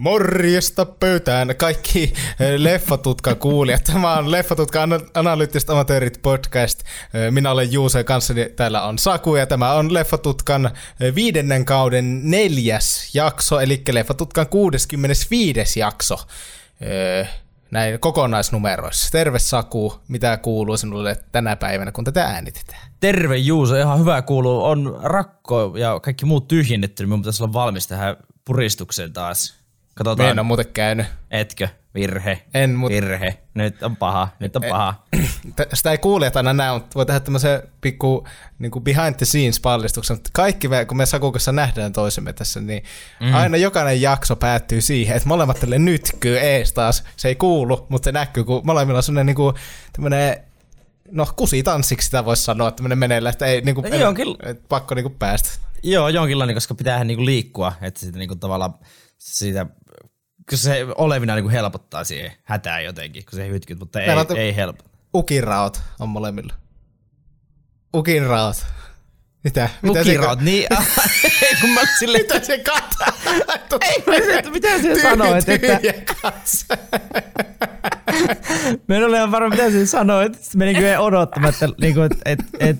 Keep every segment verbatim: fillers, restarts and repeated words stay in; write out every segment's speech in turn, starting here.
Morjesta pöytään kaikki Leffatutkan-kuulijat. Tämä on Leffatutkan analyyttiset amatöörit podcast. Minä olen Juuse ja kanssani täällä on Saku ja tämä on Leffatutkan viidennen kauden neljäs jakso, eli Leffatutkan kuudeskymmenesviides jakso näin kokonaisnumeroissa. Terve Saku, mitä kuuluu sinulle tänä päivänä, kun tätä äänitetään? Terve Juuse, ihan hyvä kuuluu. On rakko ja kaikki muut tyhjennetty, niin minun pitäisi olla valmis tähän puristukseen taas. Katsotaan. En ole muuten käynyt. Etkö? Virhe. En, mut... Virhe. Nyt on paha. Nyt on paha. Sitä ei kuulijat aina näe, mutta voi tehdä tämmöisen pikku niin kuin behind the scenes pallistuksen. Kaikki, me, kun me Sakun kanssa nähdään toisemme tässä, niin mm. aina jokainen jakso päättyy siihen, että molemmat tälle nytkyy ees taas. Se ei kuulu, mutta se näkyy, kun molemmilla on semmoinen niin kuin tämmöinen, no kusitanssiksi sitä voisi sanoa, että tämmöinen meneillä, että ei niin kuin, Jonkin... et, pakko niin kuin päästä. Joo, jonkinlainen, koska pitää niin kuin liikkua, että siitä niin kuin tavallaan siitä... Koska se olevina niin kuin helpottaa siihen hätään jotenkin, kun se hytkyt, mutta ei, ei helpota. Ukinraot on molemmilla. Ukinraot. Mitä? Mitä Ukinraot, niin. Kun mä silleen... Mitä se kattaa? Ei, mä mitä se sanoo, että... Tyhjä katse. Mä en ole ihan varma, mitä se sanoo, että menin kyllä odottamatta, että... Et, et,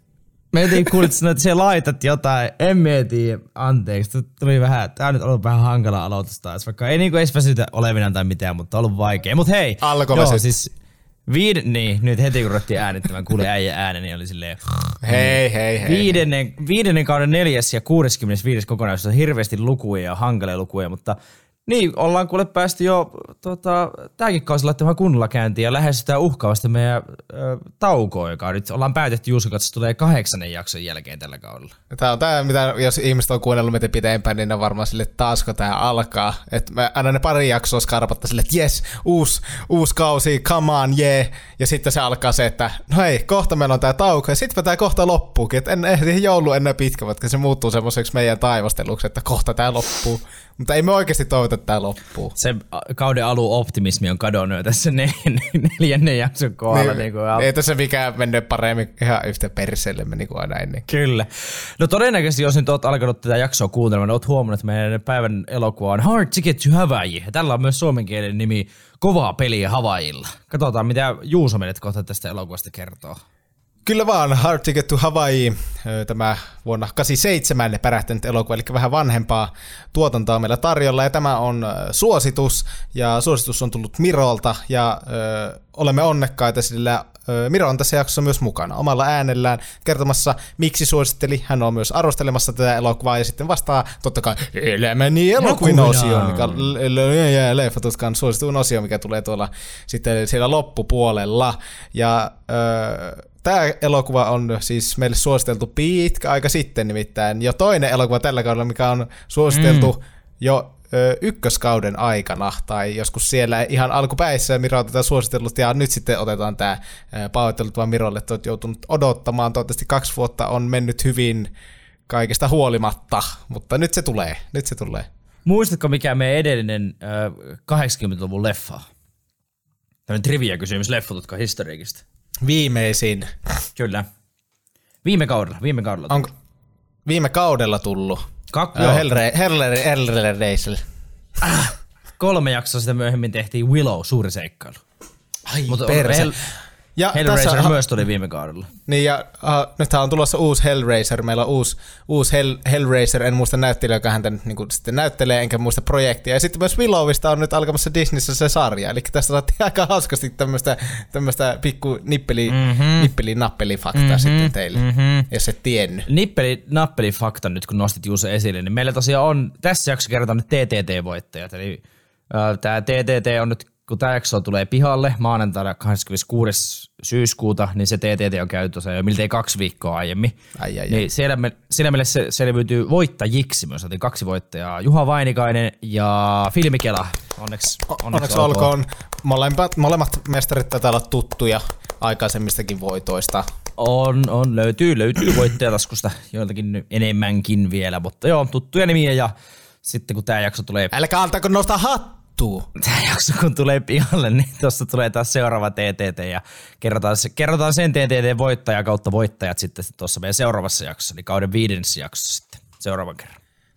mä jotenkin kuulin, että sä laitat jotain, en mieti, anteeksi, tuli vähän, tää on nyt ollut vähän hankala aloitus taas, vaikka ei niinku edes väsytä olevina tai mitään, mutta on ollut vaikea. Mut hei, alko joo, siis viid, niin, nyt heti kun ruvettiin äänittämään, kuulin äijän äänen, niin oli silleen... Hei, hei, hei. Viidennen, viidennen kauden neljäs ja kuudeskymmenesviides kokonaisuus on hirveästi lukuja ja hankalia lukuja, mutta... Niin, ollaan kuule päästy jo tota, tääkin kausi laittamaan kunnolla käyntiin ja lähestytään uhkaavasti meidän ö, taukoa, joka nyt ollaan päätetty Juuson kanssa, tulee kahdeksannen jakson jälkeen tällä kaudella. Tämä on tämä, mitä jos ihmiset on kuunnellut meitä pitempään, niin on varmaan sille, että taasko tämä alkaa. Että me aina ne pari jaksoa skarpattaa sille, että jes, uusi, uusi kausi, come on, yeah. Ja sitten se alkaa se, että no hei, kohta meillä on tämä tauko ja sitten tämä kohta loppuukin. Että en ehdi joulu ennen pitkä, vaikka se muuttuu semmoiseksi meidän taivasteluksi, että kohta tämä loppuu. Mutta ei me oikeasti toivota, että tämä loppuu. Se kauden alun optimismi on kadonnut jo tässä neljännen jakson kohdalla. Niin, niin kuin, ei tässä mikään mennyt paremmin ihan yhtä perseelle niin kuin aina ennen. Kyllä. No todennäköisesti, jos nyt olet alkanut tätä jaksoa kuuntelemaan, niin olet huomannut, että meidän päivän elokuva on Hard to Get to Hawaii. Ja tällä on myös suomenkielinen nimi Kovaa peliä Havaijilla. Katsotaan, mitä Juuso meidät kohta tästä elokuvasta kertoo. Kyllä vaan, Hard to Get to Hawaii, tämä vuonna kahdeksankymmentäseitsemän pärähtänyt elokuva, eli vähän vanhempaa tuotantoa meillä tarjolla, ja tämä on suositus, ja suositus on tullut Mirolta, ja ö, olemme onnekkaita, sillä ö, Miro on tässä jaksossa myös mukana omalla äänellään kertomassa, miksi suositteli, hän on myös arvostelemassa tätä elokuvaa, ja sitten vastaa totta kai elämäni elokuvin osioon, mikä Leffatutkan suosituin osio, mikä tulee tuolla sitten siellä loppupuolella, ja ö, tämä elokuva on siis meille suositeltu pitkä aika sitten nimittäin jo toinen elokuva tällä kaudella, mikä on suositeltu mm. jo ö, ykköskauden aikana tai joskus siellä ihan alkupäissä Miro on tätä suositellut ja nyt sitten otetaan tämä pahoittelut vaan Mirolle, että olet joutunut odottamaan. Toivottavasti kaksi vuotta on mennyt hyvin kaikesta huolimatta, mutta nyt se tulee, nyt se tulee. Muistatko mikä meidän edellinen äh, kahdeksankymmentäluvun leffa? Tällainen trivia-kysymys Leffatutkan historiikista. Viimeisin. Kyllä. Viime kaudella, viime kaudella tullut. Onko viime kaudella tullut? Kak- äh, Hellraiser. Ah, kolme jaksoa sitä myöhemmin tehtiin Willow, suuri seikkailu. Ai Mut perse. Hell- ja Hellraiser tässä, myös tuli viime kaudella. Niin ja uh, nythän on tulossa uusi Hellraiser. Meillä on uusi, uusi Hell, Hellraiser. En muista näyttelijä, joka häntä nyt niin sitten näyttelee, enkä muista projektia. Ja sitten myös Willowista on nyt alkamassa Disneyssä se sarja. Eli tästä saatiin aika hauskasti tämmöistä, tämmöistä pikku nippeli, mm-hmm. nippeli-nappeli-faktaa mm-hmm. sitten teille, mm-hmm. jos et tiennyt. Nippeli-nappeli-fakta nyt, kun nostit Juuso esille, niin meillä tosiaan on, tässä jaksossa kerrotaan nyt T T T-voittajat. Eli äh, tämä T T T on nyt, kun tämä jakso tulee pihalle maanantaina kahdeskymmeneskuudes syyskuuta, niin se T T T on käyty tosiaan jo miltei kaksi viikkoa aiemmin. Ai, ai, niin siellä, me, siellä meille se selviytyy voittajiksi. Me saatiin kaksi voittajaa, Juha Vainikainen ja Filmikela. Onneksi, onneksi, onneksi olkoon. Molemmat, molemmat mestarit taitaa olla tuttuja aikaisemmistakin voitoista. On, on löytyy, löytyy voittajataskusta joiltakin enemmänkin vielä, mutta joo, tuttuja nimiä ja sitten kun tämä jakso tulee... Älkää altaako nostaa hattua! Tämä jakso kun tulee pihalle, niin tuossa tulee taas seuraava T T T ja kerrotaan, kerrotaan sen T T T-voittaja kautta voittajat sitten tuossa meidän seuraavassa jaksossa, eli kauden viidennessä jaksossa sitten seuraavan kerran.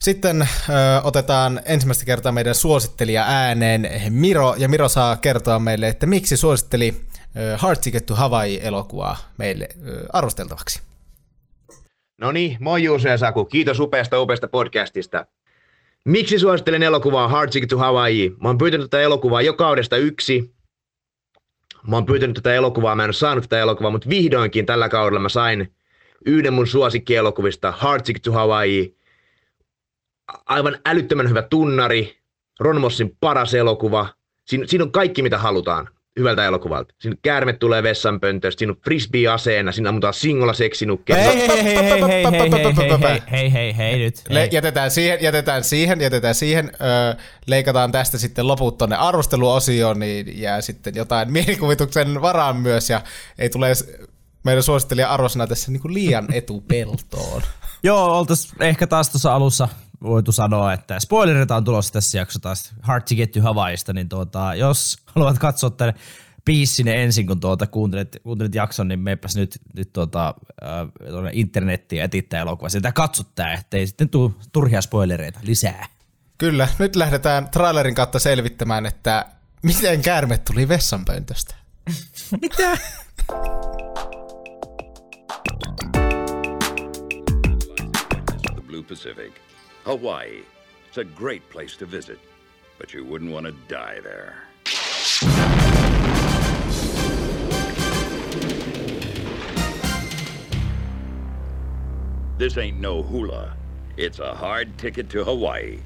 Sitten ö, otetaan ensimmäistä kertaa meidän suosittelija ääneen Miro, ja Miro saa kertoa meille, että miksi suositteli ö, Hard Ticket to Hawaii-elokuvaa meille ö, arvosteltavaksi. No niin, moi Juuso ja Saku, kiitos upeasta upeasta podcastista. Miksi suosittelen elokuvaa Hard Ticket to Hawaii? Mä oon pyytänyt tätä elokuvaa jo kaudesta yksi. Mä oon pyytänyt tätä elokuvaa, mä en ole saanut tätä elokuvaa, mutta vihdoinkin tällä kaudella mä sain yhden mun suosikkielokuvista, Hard Ticket to Hawaii. Aivan älyttömän hyvä tunnari, Ron Mossin paras elokuva. Siin, siinä on kaikki mitä halutaan hyvältä elokuvalta. Siinä käärme tulee vessanpöntöstä, siinä on frisbee-aseena, siinä ammutaan singolla seksinukkeja. Hei, hei, hei, hei, hei, hei, hei, hei, hei, hei, hei, nyt. Le- jätetään siihen, jätetään siihen, jätetään siihen. Öö, leikataan tästä sitten loput tonne arvosteluosioon, niin jää sitten jotain mielikuvituksen varaan myös, ja ei tule meidän suosittelija arvosana tässä niin kuin liian etupeltoon. Joo, oltais ehkä taas tuossa alussa voitu sanoa, että spoilerita on tulossa tässä jaksossa taas Hard to Get to Hawaiista, niin tuota, jos haluat katsoa tämän biissin ensin, kun tuota, kuuntelet, kuuntelet jakson, niin meipäs nyt, nyt tuota, äh, internettiin etittää elokuvaa. Sitä katsot tää, ettei sitten tule turhia spoilereita lisää. Kyllä, nyt lähdetään trailerin kautta selvittämään, että miten käärme tuli vessanpöntöstä. Mitä? Pacific. Hawaii. It's a great place to visit, but you wouldn't want to die there. This ain't no hula. It's a hard ticket to Hawaii.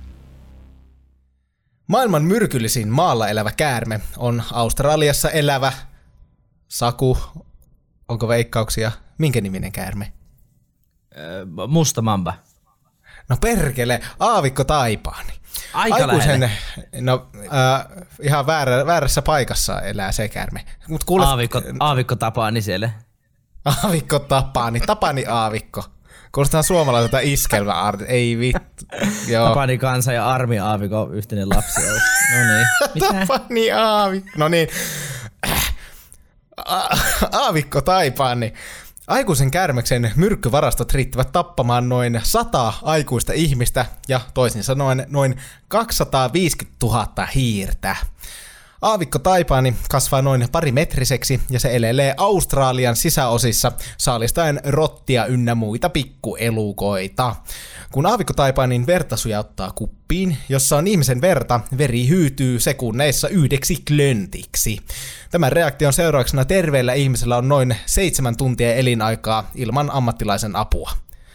Maailman myrkyllisin maalla elävä käärme on Australiassa elävä. Saku, onko veikkauksia? Minkä niminen käärme? Musta mamba. No perkele, aavikko taipaani. Aika Aikuisen, lähellä. no äh, ihan väärä, väärässä paikassa elää se käärme. Mut kuulet, Aavikko, aavikko tapaani siellä. Aavikko tapaani, tapani aavikko. Kuulostaa suomalaiselta iskelmä, ei vittu. Joo. Tapani kansa ja Armi aavikko yhteinen lapsi. No niin. Mitä? Tapani aavikko, no niin. Aavikko taipaani. Aikuisen käärmeksen myrkkyvarastot riittävät tappamaan noin sata aikuista ihmistä ja toisin sanoen noin kaksisataaviisikymmentätuhatta hiirtä. Aavikko taipaani kasvaa noin parimetriseksi ja se elelee Australian sisäosissa saalistaen rottia ynnä muita pikkuelukoita. Kun aavikko taipaanin verta sujauttaa kuppiin, jossa on ihmisen verta, veri hyytyy sekunneissa yhdeksi klöntiksi. Tämän reaktion seurauksena terveellä ihmisellä on noin seitsemän tuntia elinaikaa ilman ammattilaisen apua.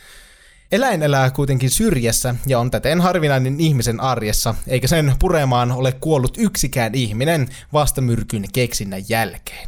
Eläin elää kuitenkin syrjässä ja on täten harvinainen ihmisen arjessa, eikä sen puremaan ole kuollut yksikään ihminen vastamyrkyn keksinnän jälkeen.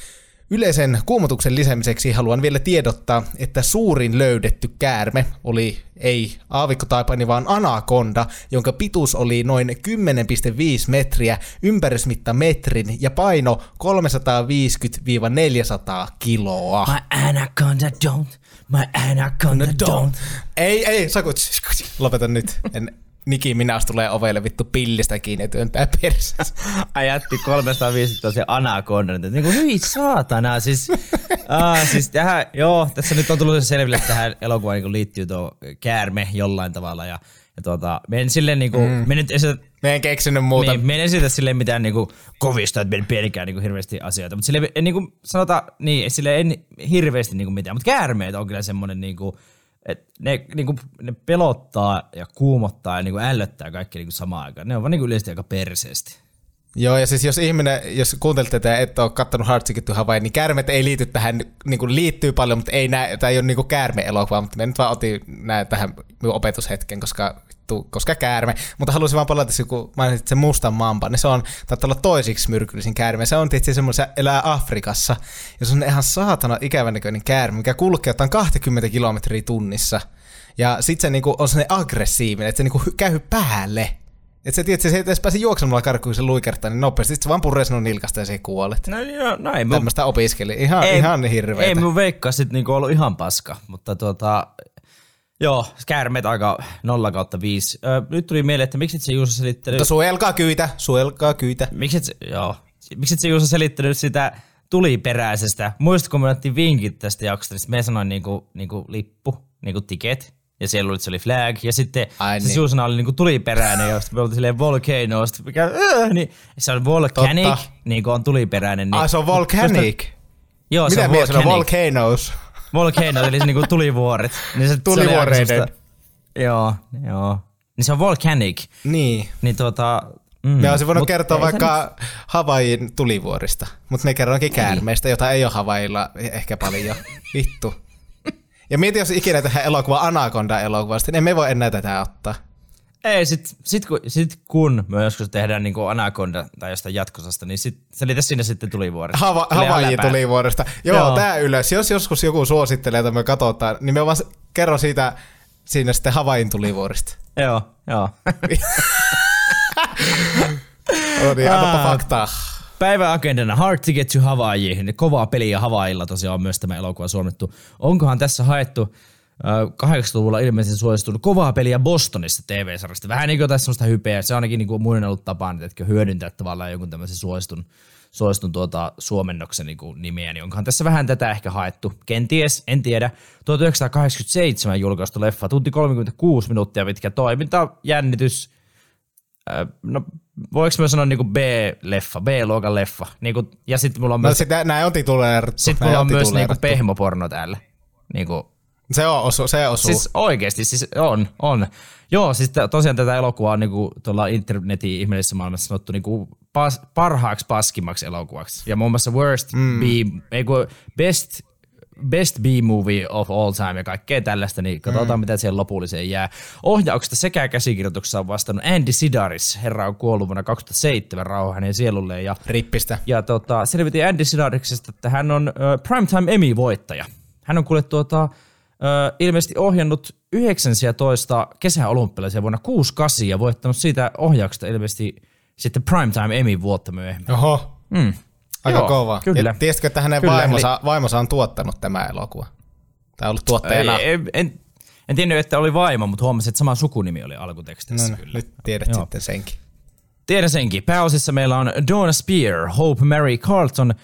Yleisen kuumotuksen lisäämiseksi haluan vielä tiedottaa, että suurin löydetty käärme oli ei aavikkotaipani, vaan anakonda, jonka pituus oli noin kymmenen pilkku viisi metriä, ympärysmitta metrin ja paino kolmesataaviisikymmentä neljäsataa kiloa. My anaconda don't, my anaconda don't. Ei, ei, Saku, lopeta nyt. En, Niki Minas tulee ovelle vittu pillistä kiinni ja työntää persessä. Ajatti kolmesataaviisikymmentä se anakonda. Niin kuin hyi saatana. Siis, aa, siis tähän, joo, tässä nyt on tullut selville, että tähän elokuvaan niin liittyy tuo käärme jollain tavalla. Ja, ja tuota, me en silleen niinku, mm. me nyt esitä, me en keksinyt muuta. Me, me en esitä silleen mitään niinku kovista, että me en pelkää niinku hirveästi asioita. Mutta silleen en niinku sanota, niin silleen en hirveästi niinku mitään. Mutta käärmeet on kyllä semmonen niinku, että ne, niinku, ne pelottaa ja kuumottaa ja niinku ällöttää kaikki niinku samaan aikaan. Ne on vaan niinku yleisesti aika perseesti. Joo, ja siis jos ihminen, jos kuuntelet tätä ja et ole kattonut Hard Ticket to Hawaii, niin käärmet ei liity tähän, niin kuin liittyy paljon, mutta ei näe, tämä ei ole niin kuin käärme-elokuva, mutta me nyt vaan otin näin tähän opetushetken, koska, koska käärme. Mutta haluaisin vaan palata, kun mainitsit sen mustan mamba, niin se on, taitaa olla toisiksi myrkyllisin käärme. Se on tietysti semmoinen, se elää Afrikassa, ja se on ihan saatana ikävän näköinen käärme, mikä kulkee jotain kaksikymmentä kilometriä tunnissa. Ja sit se niinku on sellainen aggressiivinen, että se niinku käy päälle. Että se, tietysti, se ei edes pääse juoksemalla karkuun, kun se luikertaa niin nopeasti. Sitten se vaan puree sinun nilkasta ja se kuolet. No joo, no ei. Tämmöistä opiskeli. Ihan, ei, ihan hirveetä. Ei mun veikkaa sit niinku ollut ihan paska, mutta tuota... Joo, käärmeet aika nolla kautta viisi. Öö, nyt tuli mieleen, että miksi et se Juuso selittänyt... Mutta suojelkaa kyytä, suojelkaa kyytä. Miksi et se, joo. Miksi et se Juuso selittänyt sitä tuliperäisestä? Muistatko, kun me otettiin vinkit tästä jaksosta, niin me sanoin niinku, niinku lippu, niinku ticket. ja siellä oli, se oli flag, ja sitten Ai se niin. siusana oli niinku tuliperäinen, ja sitten me oltiin silleen volcano, sitten mikä, äh, niin se on volcanic, Totta. niin kuin on tuliperäinen. Niin, Ai se on volcanic. Joo, se Mitä on mies on volcanic. volcanoes? Volcano, eli se niinku tulivuoret. Niin se, Tulivuoreiden. Se oli aika semmoista- joo, joo. Niin se on volcanic. Niin. Niin tuota... Mm, Me olisin voinut mut kertoa ei vaikka Havaijin tulivuorista, mutta me kerronkin käärmeistä, jota ei ole Havaijilla ehkä paljon. Vittu. Ja mieti, jos ikinä tehdään elokuva Anaconda-elokuvasta, niin emme voi enää tätä ottaa. Ei, sit, sit, kun, sit kun me joskus tehdään niinku Anaconda tai jostain jatkosasta, niin sit, selitä sinne sitten tulivuoresta. Hava, Eli Havaijin äläpää. tulivuorista. Joo, Joo. tää ylös. Jos joskus joku suosittelee, että me katsotaan, niin me vaan kerron siitä siinä sitten Havaijin tulivuorista. Joo, joo. No niin, annapa Ah. faktaa. Päivän agendana Hard to Get to Hawaii. Kovaa peliä Havailla tosiaan on myös tämä elokuva suomennettu. Onkohan tässä haettu äh, kahdeksankymmentäluvulla ilmeisesti suosittunut kovaa peliä Bostonissa T V-sarjasta. Vähän niin kuin tässä semmoista hypeä. Se on ainakin niin kuin muiden ollut tapana, että hyödyntää tavallaan jonkun tämmöisen suositun, suositun tuota suomennoksen niin kuin nimeä. Niin onkohan tässä vähän tätä ehkä haettu? Kenties, en tiedä. tuhatyhdeksänsataakahdeksankymmentäseitsemän julkaistu leffa. Tunti kolmekymmentäkuusi minuuttia pitkä toiminta, jännitys. Äh, no voiko mä sanoa niinku B-leffa, B-luokan leffa. Niinku, ja sitten mulla on No myös, sitä, näin on tituleerattu. sit mulla on myös niinku pehmoporno täällä. Niinku, Se, on, osu, se osuu. siis oikeesti, siis on, on. Joo, siis t- tosiaan tätä elokuvaa on niinku tuolla internetin ihmeellisessä maailmassa sanottu niinku pas, parhaaksi paskimmaksi elokuvaksi. Ja muun muassa worst mm. B, ei kun best, best B-movie of all time ja kaikkea tällaista, niin katsotaan mm. mitä siihen lopulliseen jää. Ohjauksesta sekä käsikirjoituksessa on vastannut Andy Sidaris. Herra on kuollut vuonna kaksituhattaseitsemän, rauha hänen sielulleen. Ja, Rippistä. ja tota, selvitin Andy Sidariksesta, että hän on äh, Primetime Emmy-voittaja. Hän on kuule tuota, äh, ilmeisesti ohjannut yhdeksäntoista kesäolympialaisia vuonna kuusikymmentäkahdeksan ja voittanut siitä ohjauksesta ilmeisesti sitten Primetime Emmy vuotta myöhemmin. Oho. Mm. Aika Joo, kova. kyllä. Ja tiesitkö, että hänen Kyllä, vaimonsa, vaimonsa on tuottanut tämä elokuva? Tai ollut tuottajana. Ei, en, en, en tiennyt, että oli vaimo, mutta huomasin, että sama sukunimi oli alkutekstissä. No, kyllä. nyt tiedät Joo. sitten senkin. Tiedän senkin. Pääosissa meillä on Donna Spear, Hope Mary Carlton,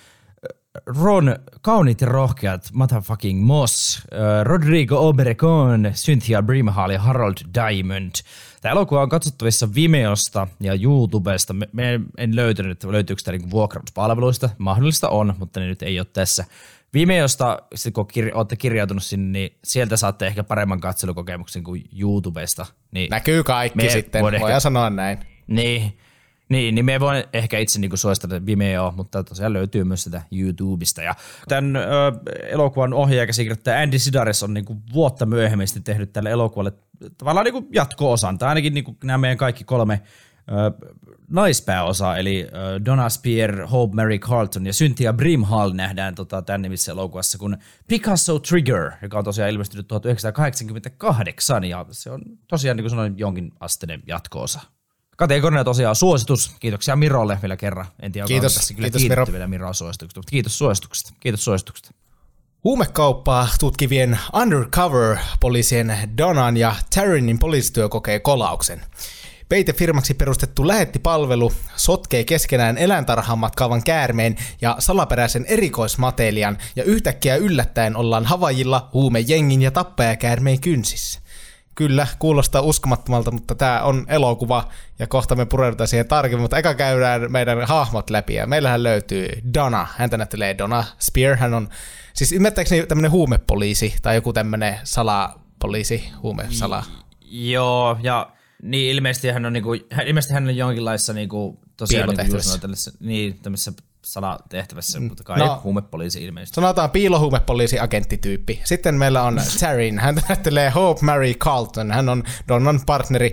Ron Kaunit ja rohkeat, motherfucking Moss, äh, Rodrigo Obregon, Cynthia Brimhall ja Harold Diamond. Tämä elokuva on katsottavissa Vimeosta ja YouTubesta. Me, me en löytänyt, että löytyykö tämä niinku vuokrauspalveluista. Mahdollista on, mutta ne nyt ei ole tässä. Vimeosta, sit kun kir- olette kirjautunut sinne, niin sieltä saatte ehkä paremman katselukokemuksen kuin YouTubesta. Niin Näkyy kaikki me sitten, voin voidaan ehkä- sanoa näin. Niin, niin, niin me voin ehkä itse niinku suositella Vimeo, mutta tosiaan löytyy myös sitä YouTubesta. Ja tämän ö, elokuvan ohjaaja ja käsikirjoittaja Andy Sidaris on niinku vuotta myöhemmin sitten tehnyt tälle elokuvalle tavallaan niinku jatko-osan. Tai ainakin niinku nämä meidän kaikki kolme ö, naispääosaa, eli ö, Donna Spear, Hope Mary Carlton ja Cynthia Brimhall nähdään tota, tämän nimissä elokuvassa kuin Picasso Trigger, joka on tosiaan ilmestynyt tuhatyhdeksänsataakahdeksankymmentäkahdeksan ja se on tosiaan niin kuin sanoin jonkin asteinen jatko-osa. Kategorina tosiaan suositus. Kiitoksia Mirolle vielä kerran. En tiedä, Kiitos, onko tässä kyllä kiitos, kiitetty Miro. vielä Miroa suosituksesta, mutta kiitos suosituksesta. Kiitos suosituksesta. Huumekauppaa tutkivien undercover-poliisien Donan ja Tarinin poliisityö kokee kolauksen. Peitefirmaksi perustettu lähettipalvelu sotkee keskenään eläintarhaan matkaavan käärmeen ja salaperäisen erikoismatelian, ja yhtäkkiä yllättäen ollaan Havaijilla huumejengin ja tappajakäärmeen kynsissä. Kyllä, kuulostaa uskomattomalta, mutta tämä on elokuva ja kohta me pureudutaan siihen tarkemmin, mutta eka käydään meidän hahmot läpi ja meillähän löytyy Donna, häntä näyttelee Donna Spear, hän on siis ymmärtääkseni tämmöinen huumepoliisi tai joku tämmöinen salapoliisi, huumesala. Joo, ja niin ilmeisesti hän on, niinku, hän, ilmeisesti hän on jonkinlaisessa niinku, tosiaan niinku, just noin tällaisessa, niin, tämmöisessä salatehtävässä, mutta kai No. huumepoliisi ilmeisesti. Sanotaan piilohuumepoliisi-agenttityyppi. Sitten meillä on Tarin, hän näyttelee Hope Mary Carlton, hän on Donnan partneri.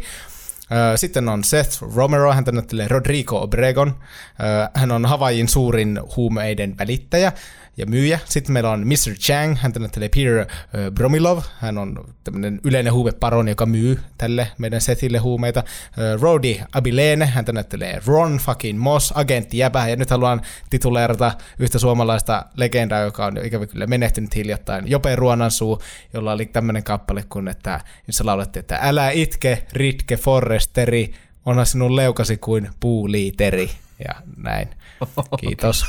Sitten on Seth Romero, hän näyttelee Rodrigo Obregon, hän on Havaijin suurin huumeiden välittäjä ja myyjä. Sitten meillä on mister Chang, hän näyttelee Peter Bromilov, hän on tämmöinen yleinen huumeparoni, joka myy tälle meidän Sethille huumeita. Rody Abilene, hän näyttelee Ron fucking Moss, agentti jäbä, ja nyt haluan tituleerata yhtä suomalaista legendaa, joka on ikävä kyllä menehtynyt hiljattain, Jope Ruonansuu, jolla oli tämmöinen kappale, kun että, jossa laulettiin, että älä itke, Ritke Forresteri, onhan sinun leukasi kuin puuliiteri, ja näin. Kiitos.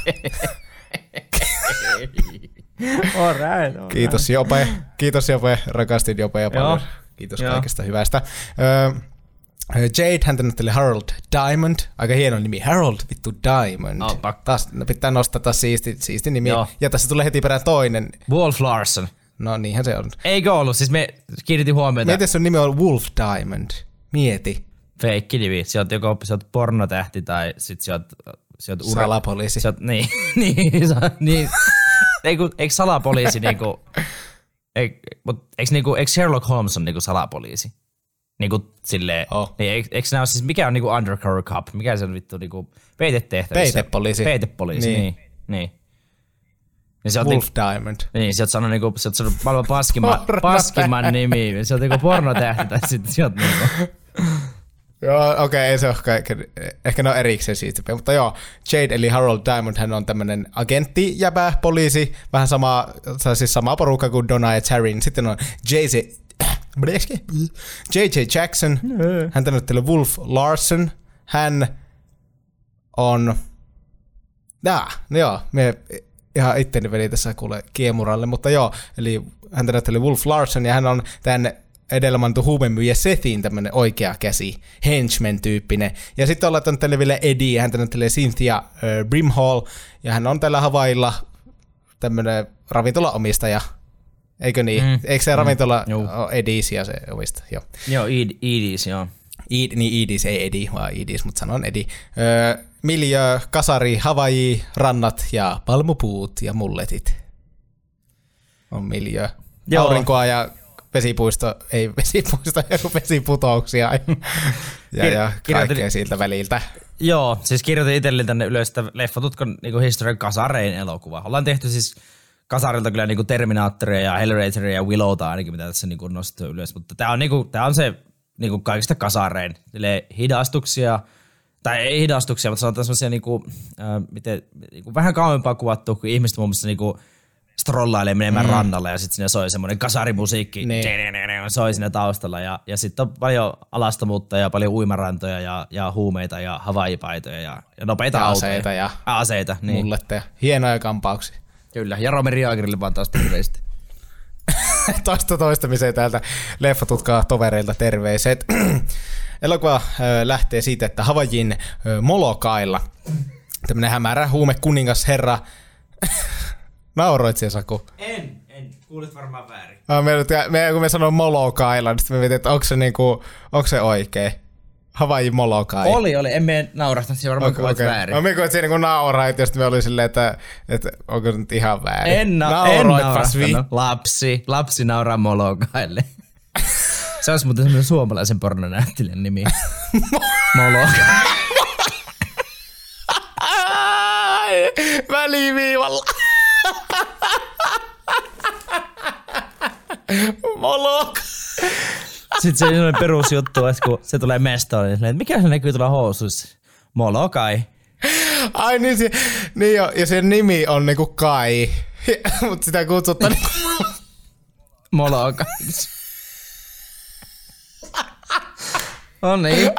All right, all Kiitos Jope. Kiitos Jope. Rakastin Jopea paljon. Joo. Kiitos Joo. kaikesta hyvästä. Öö, Jade, häntä näytteli Harold Diamond. Aika hieno nimi. Harold vittu Diamond. Oh, taas no, pitää nostaa taas siisti, siisti nimi. Joo. Ja tässä tulee heti perään toinen. Wolf Larson. No niinhän se on. Eikö ollut? Siis me kiinnitin huomiota. Mieti, sun nimi on Wolf Diamond. Mieti. Feikki nimi. Sä oot joko sä oot pornotähti tai sit sä oot, sä oot ura... Salapoliisi. Sä oot, niin, niin, sä, niin. Eiku, eikö salapoliisi niinku... Eik, mut, eikö, niinku, eikö Sherlock Holmes on niinku salapoliisi? Niinku silleen... Oh. Niin, eikö, eikö nää ole siis... Mikä on niinku undercover cop? Mikä se on vittu niinku... Peitetehtävissä? Peitepoliisi. Peitepoliisi, niin. niin. niin. Niin Wolf niinku, Diamond. Niin, sä oot sanonut niinku... Sä oot sanonut maailman paskimman, paskimman nimi. Sä oot niinku pornotähti tai sit sä oot niinku... Joo, okei, okay, ei se ole ehkä, ehkä ne on erikseen siitä, mutta joo, Jade eli Harold Diamond, hän on tämmönen agentti, jäbä, poliisi, vähän sama, siis sama porukka kuin Donna ja Taryn. Sitten on J J, J J Jackson, hän näyttelee Wolf Larson, hän on, jaa, no joo, me ihan itteni veli tässä kuule kiemuralle, mutta joo, eli hän näyttelee Wolf Larson ja hän on tämän edellä mainittu huumemyyjä Sethin tämmönen oikea käsi, henchman-tyyppinen. Ja sitten ollaan tänne vielä Eddie, hän tänne Cynthia äh, Brimhall, ja hän on tällä Havailla tämmönen ravintolaomistaja. Eikö niin? Mm. Eikö se mm. ravintola mm. ole Edis ja se omista? Joo, joo Edis, joo. Ed, niin Edis, ei Eddie, vaan Edis, mutta sanon Eddie. Öö, miljö, kasari, Havaji, rannat ja palmupuut ja mulletit. On miljö. Joo. Aurinkoa ja vesipuisto, ei vesipuisto, joku vesiputouksia ja, Kir- ja kaikkea siltä väliltä. Joo, siis kirjoitin itselleni tänne ylös, että Leffatutkon niinku historian kasarein elokuva. Ollaan tehty siis kasarilta kyllä niinku Terminaattoria ja Hellraiseria ja Willowta ainakin, mitä tässä niinku nostettu ylös, mutta tää on, niinku, tää on se niinku kaikista kasarein. Silleen hidastuksia, tai ei hidastuksia, mutta sanotaan semmoisia niinku, äh, miten, niinku vähän kauempaa kuvattu, kun ihmiset muun muassa niinku strollailee menemään mm. rannalle ja sitten siinä soi semmoinen kasarimusiikki, niin. soi siinä taustalla ja, ja sitten on paljon alastomuutta ja paljon uimarantoja ja, ja huumeita ja havaipaitoja ja, ja nopeita ja autoja. Aseita ja aseita, niin. mulletteja. Hienoja kampauksia. Kyllä, ja Romeri Jaagerille vaan taas terveistä. Toista toistamiseen täältä Leffatutkaa tovereilta terveiset. Elokuva äh, lähtee siitä, että Havajin äh, Molokailla tämmönen hämärä huumekuningas herra nauroit siellä, Saku? En, en. Kuulit varmaan väärin. No, me, me, kun me sanoin Molokailla, niin sitten me mietin, että onko se, niinku, onko se oikein? Havaijin Molokai. Oli, oli. En mene naurahtaa, että varmaan okay, kuulit okay. väärin. No me kuulit siinä kun naurait, ja sitten me oli silleen, että, että onko nyt ihan väärin. En, na- en naurahtanut. Lapsi. Lapsi nauraa Molokaille. Se olisi muuten semmoinen suomalaisen pornonäyttelijän nimi. Molokai. Väliviivalla. Molok. Sitten se on sellainen perusjuttu, että kun se tulee mestoon, niin että mikä se näkyy tuolla housuissa? Molokai. Ai niin, se, niin jo, ja sen nimi on niinku Kai, mutta sitä kutsuttaa niinku Molokai. No niin.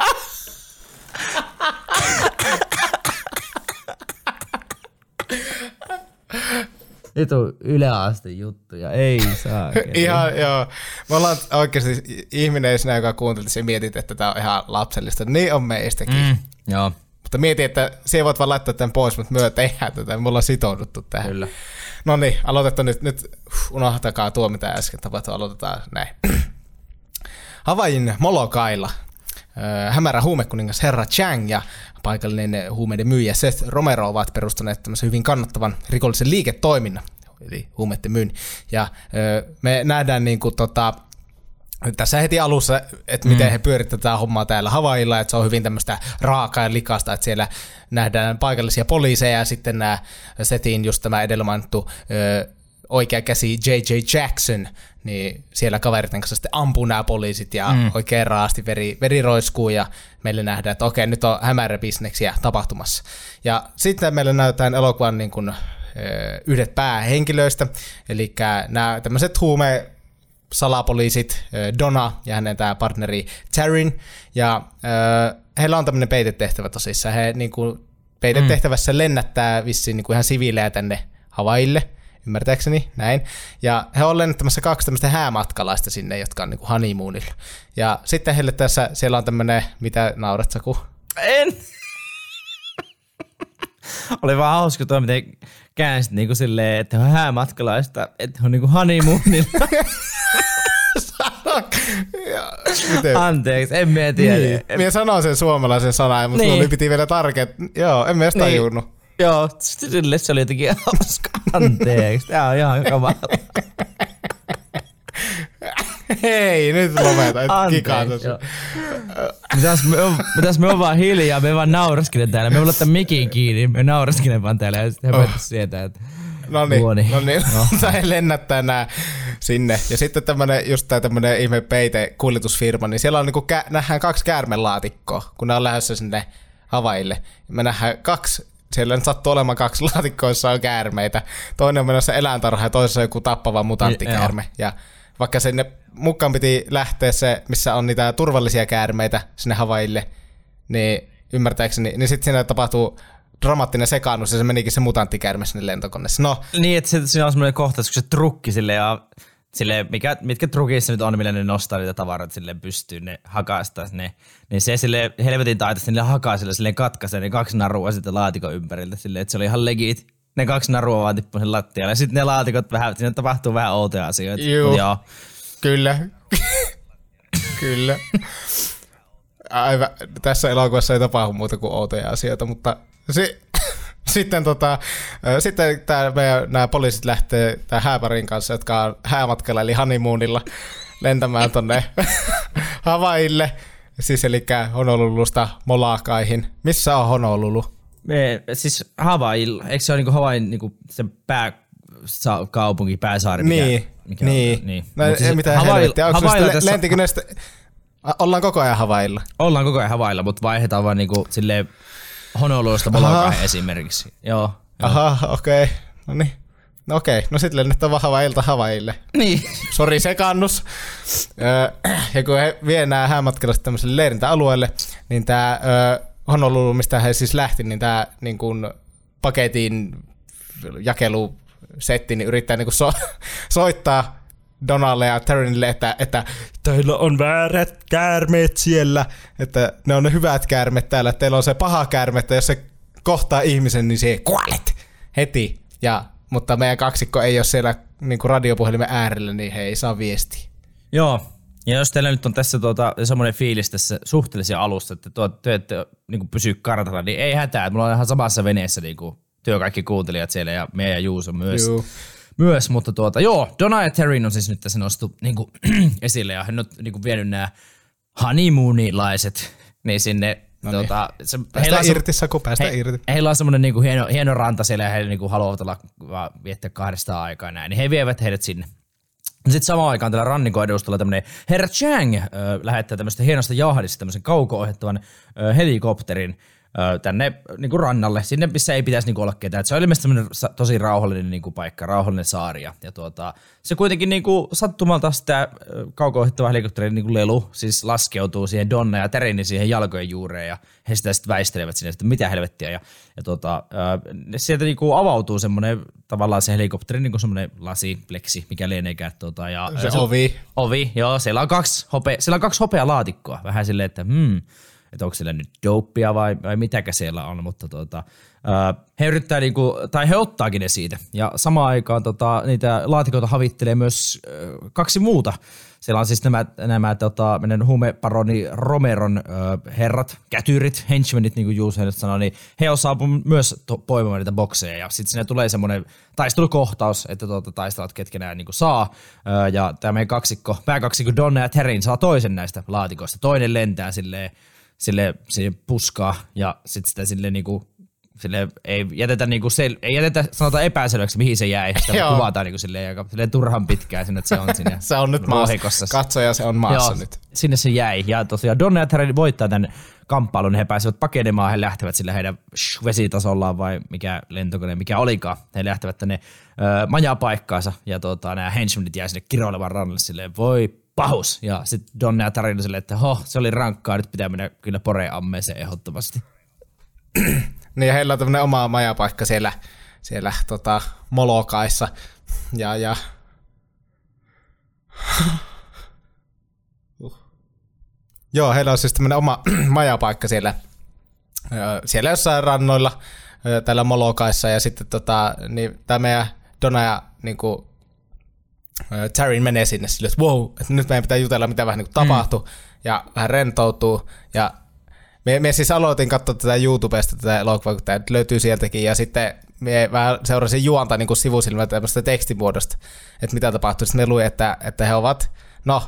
Nyt on yläaste juttuja, ei saa. Ihan joo. Me ollaan oikeasti ihminen sinä, joka kuuntelit ja mietit, että tää on ihan lapsellista. Niin on meistäkin. Mm, joo. Mutta mietin, että siellä voit vaan laittaa tämän pois, mutta myö tehdään tätä. Me ollaan sitouduttu tähän. Kyllä. No niin, aloitetaan nyt. Nyt unohtakaa tuo, mitä äsken tapahtui. Aloitetaan näin. Havaijin Molokailla hämärä huumekuningas herra Chang ja paikallinen huumeiden myyjä Seth Romero ovat perustaneet tämmöisen hyvin kannattavan rikollisen liiketoiminnan, eli huumeiden myynnin. Ja me nähdään niin kuin tota, tässä heti alussa, että miten mm. he pyörittävät hommaa täällä Havaijilla, että se on hyvin tämmöistä raakaa ja likasta, että siellä nähdään paikallisia poliiseja ja sitten nämä Sethin just tämä edellä mainittu oikea käsi J J Jackson, niin siellä kaveritten kanssa sitten ampuu nämä poliisit ja mm. oikein raasti veri, veri roiskuu ja meille nähdään, että okei, nyt on hämäräbisneksiä tapahtumassa. Ja sitten meille näytetään elokuvan niin kuin, yhdet päähenkilöistä, eli nämä tämmöiset huume salapoliisit, Donna ja hänen tämä partneri Taryn, ja äh, heillä on tämmöinen peitetehtävä tosissaan. He niin kuin, peitetehtävässä mm. lennättää vissiin niin kuin ihan siviilejä tänne Havaijille, ymmärtääkseni näin. Ja he on lennettämässä kaksi tämmöistä häämatkalaista sinne, jotka on niinku honeymoonilla. Ja sitten heille tässä, siellä on tämmöinen, mitä naurat Saku? En! Oli vaan hauska tuo, miten käänsit niinku silleen, että on häämatkalaista, että on niinku honeymoonilla. Anteeksi, en mä tiedä. Niin. Minä sanoin sen suomalaisen sanan, mutta niin. Mulla piti vielä tarkentaa. Joo, en mä edes tajunnut. Niin. Joo, sille se oli jotenkin hauska. Anteeksi, tää on ihan kamala. Hei, nyt lopeta, et kikata. Mitäs me, on, mitäs me on vaan hiljaa, me vaan nauraskelen täällä. Me ei laittaa mikin kiinni, me nauraskelen vaan täällä ja sitten he voivat sietää, että no niin, no niin. No. Tai lennättää nää sinne. Ja sitten tämmönen, just tää tämmönen ihme peite-kuljetusfirma, niin siellä on niinku, kä- nähdään kaksi käärmelaatikkoa, kun ne on lähdössä sinne Havaille. Me nähdään kaksi, siellä nyt sattuu olemaan kaksi laatikkoa, jossa on käärmeitä. Toinen on menossa eläintarha ja toisessa on joku tappava mutanttikäärme. Ja vaikka sinne mukaan piti lähteä se, missä on niitä turvallisia käärmeitä sinne Havaille, niin ymmärtääkseni, niin sitten siinä tapahtuu dramaattinen sekaannus ja se menikin se mutanttikäärme sinne lentokoneessa. No. Niin, että se, siinä on semmoinen kohtaus, kun se trukki sille ja sille, mikä, mitkä trukissa nyt on, millä ne nostaa niitä tavaroita silleen pystyyn, ne hakaista ne, niin se sille helvetin taitaisesti niille hakaa sille silleen katkaisee ne kaksi narua sitten laatikon ympäriltä silleen, että se oli ihan legit. Ne kaksi narua vaan tippui sen lattialle ja sitten ne laatikot vähän, siinä tapahtuu vähän outoja asioita. Juu, joo. Kyllä. Kyllä. Aivan, tässä elokuvassa ei tapahdu muuta kuin outoja asioita, mutta si- sitten, tota, sitten tää meidän, nämä poliisit lähtee tämän hääparin kanssa, jotka on häämatkalla eli honeymoonilla lentämään tonne Havaille, siis eli Honolulusta Molakaihin. Missä on Honolulu? Me, siis Havailla, eikö se ole niinku Havain niinku se pääkaupunki, pääsaari? Mikä, niin, mikä niin. On, niin. No, siis mitä helvettiä, onko ne sitten, lentikö ne sitten, ollaan koko ajan Havailla? Ollaan koko ajan Havailla, mutta vaihdetaan vaan niinku silleen Honolulusta Molokaihin esimerkiksi. Joo. Aha, okei. Okay. No niin. No okei, okay. No sit lennetään vaan Havailta Havaille. Niin. Sori sekannus. Ja kun he vie nämä häämatkalaiset tämmöiselle leirintäalueelle, niin tää Honolulu, mistä he siis lähti, niin tää niin kuin paketin jakelusetti, niin yrittää niin kuin so- soittaa Donalle ja Tarynille, että, että teillä on väärät käärmeet siellä, että ne on ne hyvät käärmeet täällä, teillä on se paha käärme, että jos se kohtaa ihmisen, niin se kuolet heti. Ja, mutta meidän kaksikko ei ole siellä niin kuin radiopuhelimen äärellä, niin he ei saa viestiä. Joo, ja jos teillä nyt on tässä tuota, semmoinen fiilis tässä suhteellisen alusta, että tuot, te ette niin pysyä kartalla, niin ei hätää, mulla on ihan samassa veneessä niin kuin työ kaikki kuuntelijat siellä ja meidän ja Juuso myös. Juu. Myös, mutta tuota, joo, Donna ja Taryn on siis nyt tässä nostu niinku, esille ja hän on niinku vienyt nämä honeymoonilaiset niin sinne. No tuota, niin. se, päästä irti, Saku, päästä he, irti. Heillä on semmoinen niinku hieno, hieno ranta siellä ja he niinku haluavat olla viettää kahdesta aikaa näin, niin he vievät heidät sinne. Sitten samaan aikaan tällä rannikon edustalla tämmöinen Herra Chang äh, lähettää tämmöistä hienosta jahdista tämmöisen kauko-ohjattavan äh, helikopterin tänne niinku rannalle, sinne missä ei pitäisi niinku olla ketään. Et se on ilmeisesti tosi rauhallinen niinku paikka, rauhallinen saari. Ja, ja tuota, se kuitenkin niinku sattumalta sitä kauko-ohjattava helikopterin niinku lelu siis laskeutuu siihen Donna ja Taryn siihen jalkojen juureen ja he sitä sitten väistelevät sinne, että mitä helvettiä. Ja, ja tuota, sieltä niinku avautuu semmoinen tavallaan se helikopterin niinku semmoinen lasipleksi, mikä lieneekään. Tuota, ja, se, se ovi. Ovi, joo. Siellä on kaksi, hopea, siellä on kaksi hopealaatikkoa. Vähän silleen, että hmm, että onko siellä nyt dopea vai, vai mitäkä siellä on, mutta tota, ää, he yrittää niinku, tai he ottaakin ne siitä. Ja samaan aikaan tota, niitä laatikoita havittelee myös ää, kaksi muuta. Siellä on siis nämä, nämä tota, meidän huumeparoni Romeron ää, herrat, kätyrit, henchmenit, niin kuin Juuso nyt sanoi, niin he on saapunut myös to, poimimaan niitä bokseja. Ja sitten sinne tulee semmoinen taistelukohtaus, että tuota, taistelut ketkä nämä niin kuin saa. Ää, ja tämä meidän kaksikko, pääkaksikko Donna ja Taryn saa toisen näistä laatikoista. Toinen lentää silleen, sille, sille puskaa ja sitten sitä sille niinku sille ei jätetä niinku sel- ei jätetä sanotaan epäselväksi mihin se jäi. Sitä kuvataan niinku silleen aika silleen turhan pitkään sinne, että se on sinne. Se on nyt maassa. Katsoja se on maassa. Joo, nyt. Sinne se jäi ja tosiaan Donna ja Taryn voittaa tämän kamppailun, he pääsevät pakenemaan, he lähtevät sillä heidän vesitasollaan vai mikä lentokone, mikä olikaan. He lähtevät tänne ö, majapaikkaansa ja tota, nämä henchmenit jää sinne kiroilevan rannalle silleen, voi pahus. Ja sitten Donna ja Taryn silleen, että ho, se oli rankkaa, nyt pitää mennä kyllä Poreen ammeeseen ehdottomasti. Niin ja heillä on tämmöinen oma majapaikka siellä siellä tota, Molokaissa. Ja, ja... uh. Joo, heillä on siis tämmöinen oma majapaikka siellä, siellä jossain rannoilla täällä Molokaissa. Ja sitten tota, niin, tämä meidän Donna ja niinku, Taryn menee sinne silleen, että wow, että nyt meidän pitää jutella, mitä vähän niin tapahtui. Mm. Ja vähän rentoutuu. Ja me, me siis aloitin katsoa tätä YouTubesta tätä elokuvaa, kun tämä löytyy sieltäkin. Ja sitten me vähän seurasin juonta niin sivusilmää tämmöistä tekstimuodosta, että mitä tapahtui. Sitten me luin, että, että he ovat, no,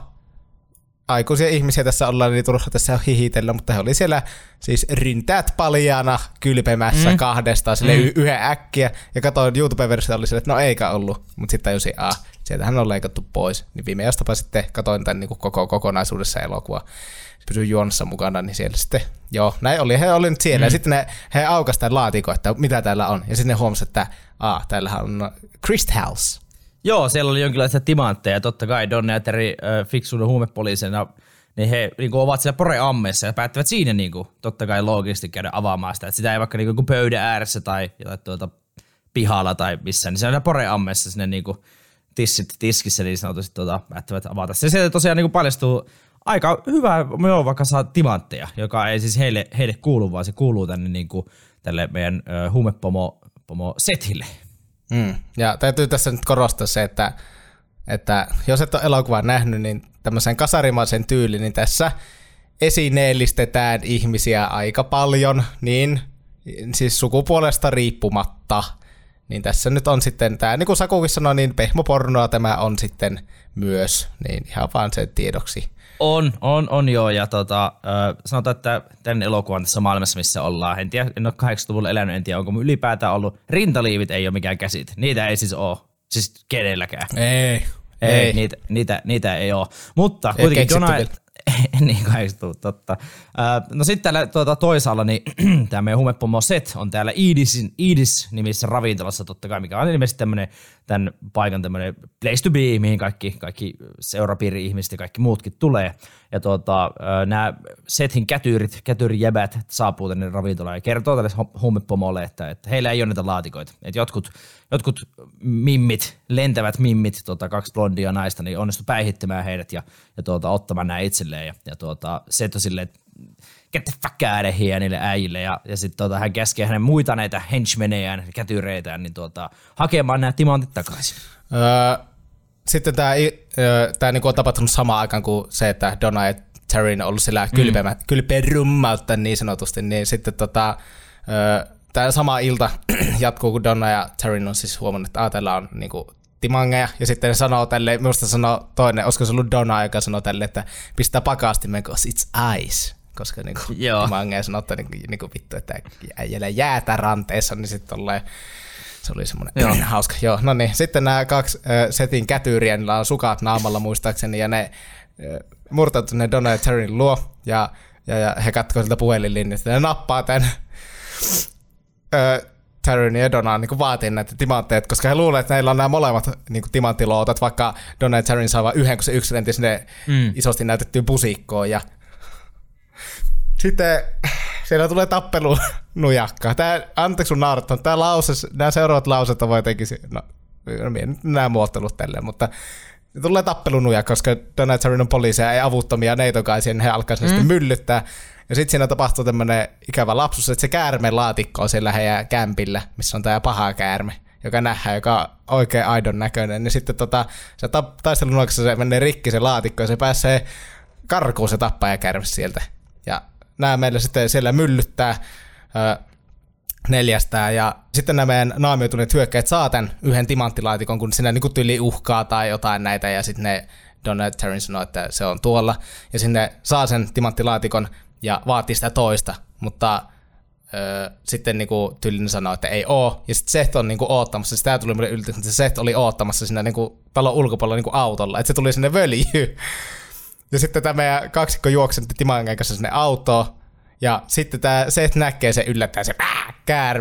aikuisia ihmisiä tässä ollaan, niin turha tässä on hihitellä, mutta he oli siellä siis rintäät paljaana kylpemässä mm. kahdestaan sille mm. yhden äkkiä. Ja katsoin YouTube-versiota, oli sille, että no eikä ollut, mutta sitten tajusin, a, sieltähän on leikattu pois. Niin viime jostapa sitten katsoin tämän niin kuin koko kokonaisuudessa elokuvaa. Se pysyy juonnossa mukana, niin siellä sitten, joo, näin oli. He oli nyt siellä, mm. ja sitten ne, he aukasivat tämän laatikon, että mitä täällä on. Ja sitten ne huomasivat, että a, täällähän on crystals. Joo, siellä oli jonkinlaisia timantteja, totta kai Donna ja Terry äh, fiksuuden huumepoliisina, niin he niin ovat siellä pore-ammessa ja päättävät siinä niin kuin, totta kai loogisesti käydä avaamaan sitä, että sitä ei vaikka niin kuin pöydän ääressä tai tuota, pihalla tai missään, niin siellä pore-ammessa sinne niin kuin, tissit tiskissä niin sanotusti tuota, päättävät avata. Se sieltä tosiaan niin kuin paljastuu aika hyvä, joo, vaikka saa timantteja, joka ei siis heille, heille kuulu, vaan se kuuluu tänne niin kuin, tälle meidän äh, huumepomo-setille. Mm. Ja täytyy tässä nyt korostaa se, että, että jos et ole elokuvaa nähnyt, niin tämmöisen kasarimaisen tyyli, niin tässä esineellistetään ihmisiä aika paljon, niin siis sukupuolesta riippumatta. Niin tässä nyt on sitten, tämä niin kuin Sakukin sanoi, niin pehmopornoa tämä on sitten myös, niin ihan vaan se tiedoksi. On, on, on joo, ja tota, äh, sanotaan, että tämän elokuvan tässä maailmassa, missä ollaan, en tiedä, en ole kahdeksankymmentäluvulla elänyt, en tiedä, onko ylipäätään ollut, rintaliivit ei ole mikään käsite, niitä ei siis ole, siis kenelläkään. Ei, ei, ei. Niitä, niitä, niitä ei ole, mutta ei kuitenkin Donna, niin kahdeksankymmentä, totta. Äh, no sitten täällä tuota, toisaalla, niin tämä meidän huumepomo Seth on täällä Edis, Edis-nimissä ravintolassa totta kai, mikä on ilmeisesti tämmöinen, tämän paikan tämmöinen place to be, mihin kaikki, kaikki seurapiiri-ihmiset ja kaikki muutkin tulee. Ja tuota, äh, nämä Sethin kätyrit, kätyrijäbät saapuu tänne ravintolaan ja kertoo tälle huumepomolle, että, että heillä ei ole niitä laatikoita. Että jotkut, jotkut mimmit, lentävät mimmit, tota, kaksi blondia naista, niin onnistu päihittämään heidät ja, ja tuota, ottamaan nämä itselleen. Ja, ja tuota, Seth on silleen, että get the fuck out of here niille äijille. Ja, ja sitten tuota, hän käskee hänen muita näitä henchmenejään, kätyreitään, niin tuota, hakemaan nämä timantit takaisin. Öö, sitten tämä öö, niinku on tapahtunut samaan aikaan kuin se, että Donna ja Taryn on ollut siellä kylpemä, mm. kylperummalta niin sanotusti, niin sitten tota, öö, tämä sama ilta jatkuu, kun Donna ja Taryn on siis huomannut, että täällä on niinku timangeja, ja sitten ne sanoo tälleen, minusta sanoo toinen, olisiko se ollut Donna, joka sanoo tälleen, että pistää pakastimen, because it's ice, koska niinku timangeja sanoo, että niinku, niinku vittu, että äijällä jäätä ranteessa, niin sitten tolleen, se oli semmoinen joo. hauska. Joo, no niin, sitten nämä kaksi äh, Sethin kätyyriä, niillä on sukat naamalla muistaakseni, ja ne äh, murtautuu ne Donna ja Taryn luo, ja, ja, ja he katkoo siltä puhelinlinjasta, ja ne nappaa tämän äh, Taryn ja Donna niin vaatii näitä timantteja, koska he luulee, että näillä on nämä molemmat niin timanttilootat, vaikka Donna ja Taryn saa vain yhden, kun se yksi lenti sinne mm. isosti näytettyyn pusikkoon. Ja sitten siellä tulee tappelu nujakkaa. Tämä, anteeksi sun naurattaa, tämä lause, nämä seuraavat lauset on jotenkin, no, nämä muottelut tälleen, mutta tulee tappelu nujakkaa, koska Donna ja Taryn on poliiseja, ei avuttomia neitokaisia, niin he alkaa mm. sitten myllyttää. Ja sitten siinä tapahtuu tämmöinen ikävä lapsus, että se käärmeen laatikko on siellä heidän kämpillä, missä on tämä paha käärme, joka nähdään, joka on oikein aidon näköinen. Ja sitten tota, se ta- taistelun nuokassa se menee rikki se laatikko ja se pääsee karkuun se tappajakäärme sieltä. Ja nämä meillä sitten siellä myllyttää ö, neljästään. Ja sitten nämä meidän naamioituneet hyökkäät saa tämän yhden timanttilaatikon, kun siinä niinku tyyli uhkaa tai jotain näitä. Ja sitten ne Donna ja Taryn sanoo, että se on tuolla. Ja sinne saa sen timanttilaatikon ja vaatii sitä toista, mutta öö, sitten niinku tyylinen sanoo, että ei oo. Ja sitten Seth on niinku oottamassa, sitä tuli mulle yllätys, että Seth oli oottamassa siinä niinku talon ulkopuolella niinku autolla, että se tuli sinne völjyyn. Ja sitten tämä meidän kaksikko juoksee Timangen kanssa sinne autoon, ja sitten tämä Seth näkee sen yllättäen se äh, käärmeen,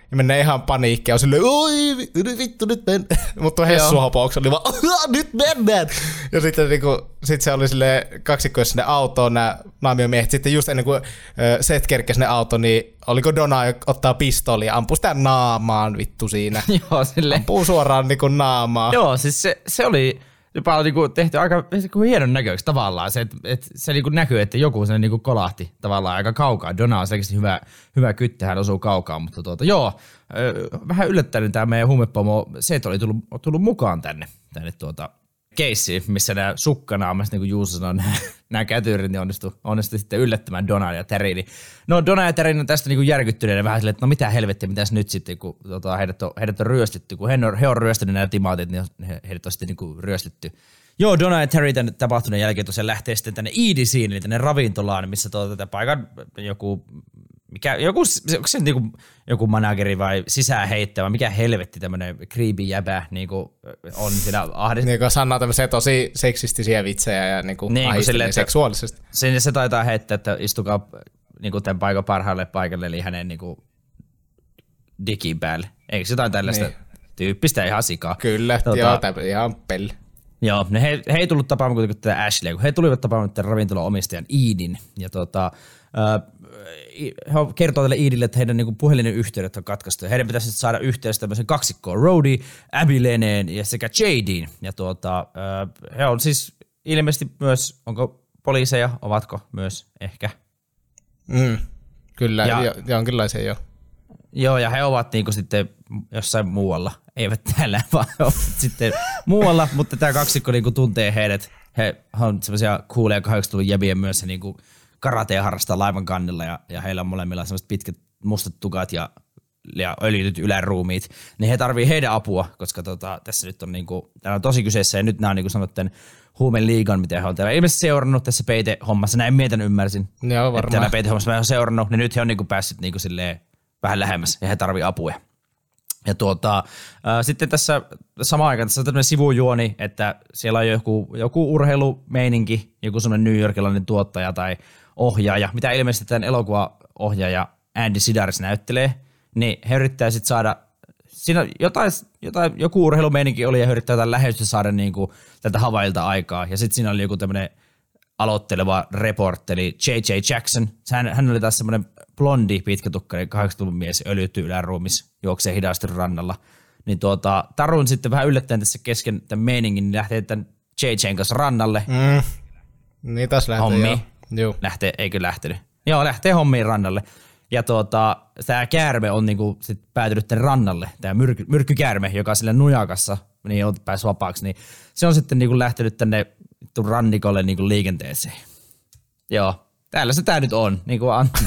ja menee ihan paniikki, ja on silleen, oi vittu, nyt mennään. Mutta Hessu Hopoks oli vaan, nyt mennään. Ja sitten niinku, sit se oli silleen kaksikko sinne autoon, nämä naamiomiehet. Sitten just ennen kuin Seth kerkesi sinne autoon, niin oliko Donna ottaa pistooli ja ampui sitä naamaan vittu siinä. Joo, silleen. Ampuu suoraan niinku naamaan. Joo, siis se, se oli jopa niinku tehty aika niinku hienon näköiksi tavallaan. Se, et, et, se niinku näkyy, että joku sen niinku kolahti tavallaan aika kaukaa. Donna on selkeästi hyvä, hyvä kytti, hän osuu kaukaa, mutta tuota, joo, vähän yllättänyt tämä meidän huumepomo. Se, että oli tullut, tullut mukaan tänne, tänne tuota keissiin, missä nämä sukkanaamaiset, niin kuin Juuso sanoi, nämä kätyrit, niin onnistui, onnistui sitten yllättämään Donna ja Terry. No Donna ja Terry on tästä niin järkyttyneenä vähän silleen, että no mitä helvettiä, mitäs nyt sitten, kun tota, heidät, on, heidät on ryöstetty, kun he on, he on ryöstänyt nämä timaatit, niin heidät on sitten niin ryöstetty. Joo, Donna ja Terry tämän tapahtuneen jälkeen tosiaan lähtee sitten tänne E D C:in, eli tänne ravintolaan, missä tuota, paikan joku, mikä, joku, onko se niinku, joku manageri vai sisäänheittävä, mikä helvetti tämmönen creepy jäbä niinku, on siinä ahdistunut. Niin kuin sanoo tämmöisiä tosi seksistisiä vitsejä ja niinku niin, ahistelee seksuaalisesti. Se, se taitaa heittää, että istukaa niinku tämän paikan parhaalle paikalle, eli hänen niinku dikin päälle. Eikö jotain tällaista niin tyyppistä ihan sikaa? Kyllä, tota, joo, tämä ihan pelle. Joo, ne he, he ei tullut tapaamaan kuitenkin tätä Ashleyä, kun he tulivat tapaamaan tämän ravintolan omistajan Edin. Ja tota, äh, he kertoo tälle Edille, että heidän niinku puhelinen yhteydet on katkaistu. Heidän pitäisi saada yhteys tämmöisen kaksikkoon, Rhodey, Abby Leneen ja sekä Jadeen. Ja tuota, äh, he on siis ilmeisesti myös, onko poliiseja, ovatko myös ehkä? Mm, kyllä, ja, jo, jonkinlaisia jo. Joo, ja he ovat niinku sitten jossain muualla, eivät täällä, vaan ovat sitten muualla, mutta tämä kaksikko niinku tuntee heidät. He on semmoisia cooleja kahdeksankymmentäluvun jäviä myös, ja niinku karatea harrastaa laivan kannella, ja, ja heillä on molemmilla semmoiset pitkät mustat tukat ja, ja öljytyt yläruumiit. Niin he tarvii heidän apua, koska tota, tässä nyt on, niinku, täällä on tosi kyseessä, ja nyt nämä on niinku sanottu huumeliigan, mitä he on täällä ilmeisesti seurannut tässä peitehommassa. Näin mietän ymmärsin, joo, varmaan. Että täällä peitehommassa mä oon seurannut, niin nyt he on niinku päässyt niinku silleen vähän lähemmäs ja he tarvii apua. Ja tuota, ää, sitten tässä samaan aikaan tässä on tämmöinen sivujuoni, että siellä on joku, joku urheilumeininki, joku semmoinen New Yorkilainen tuottaja tai ohjaaja, mitä ilmeisesti tämän elokuvaohjaaja Andy Sidaris näyttelee, niin he yrittää sitten saada, siinä jotain, jotain, joku urheilumeininki oli ja he yrittää jotain lähestystä saada niin kuin tältä Havailta aikaa. Ja sitten siinä oli joku tämmöinen aloitteleva reportteri J J Jackson. Hän, hän oli taas semmoinen blondi, pitkätukkari, kahdeksankymmentäluvun mies, öljytty yläruumis, juoksee hidasti rannalla. Niin tuota, Tarun sitten vähän yllättäen tässä kesken tämän meiningin, niin lähtee tämän J J:n kanssa rannalle. Mm. Niin taas lähtee, joo. Lähtee, eikö lähtenyt? Joo, lähtee hommiin rannalle. Ja tuota, tämä käärme on niinku sit päätynyt tänne rannalle, tämä myrky, myrkkykäärme, joka on sillä nujakassa, niin on päässyt vapaaksi, niin se on sitten niinku lähtenyt tänne rannikolle niinku liikenteeseen. Joo, täällä se tää nyt on, niin kuin Antti.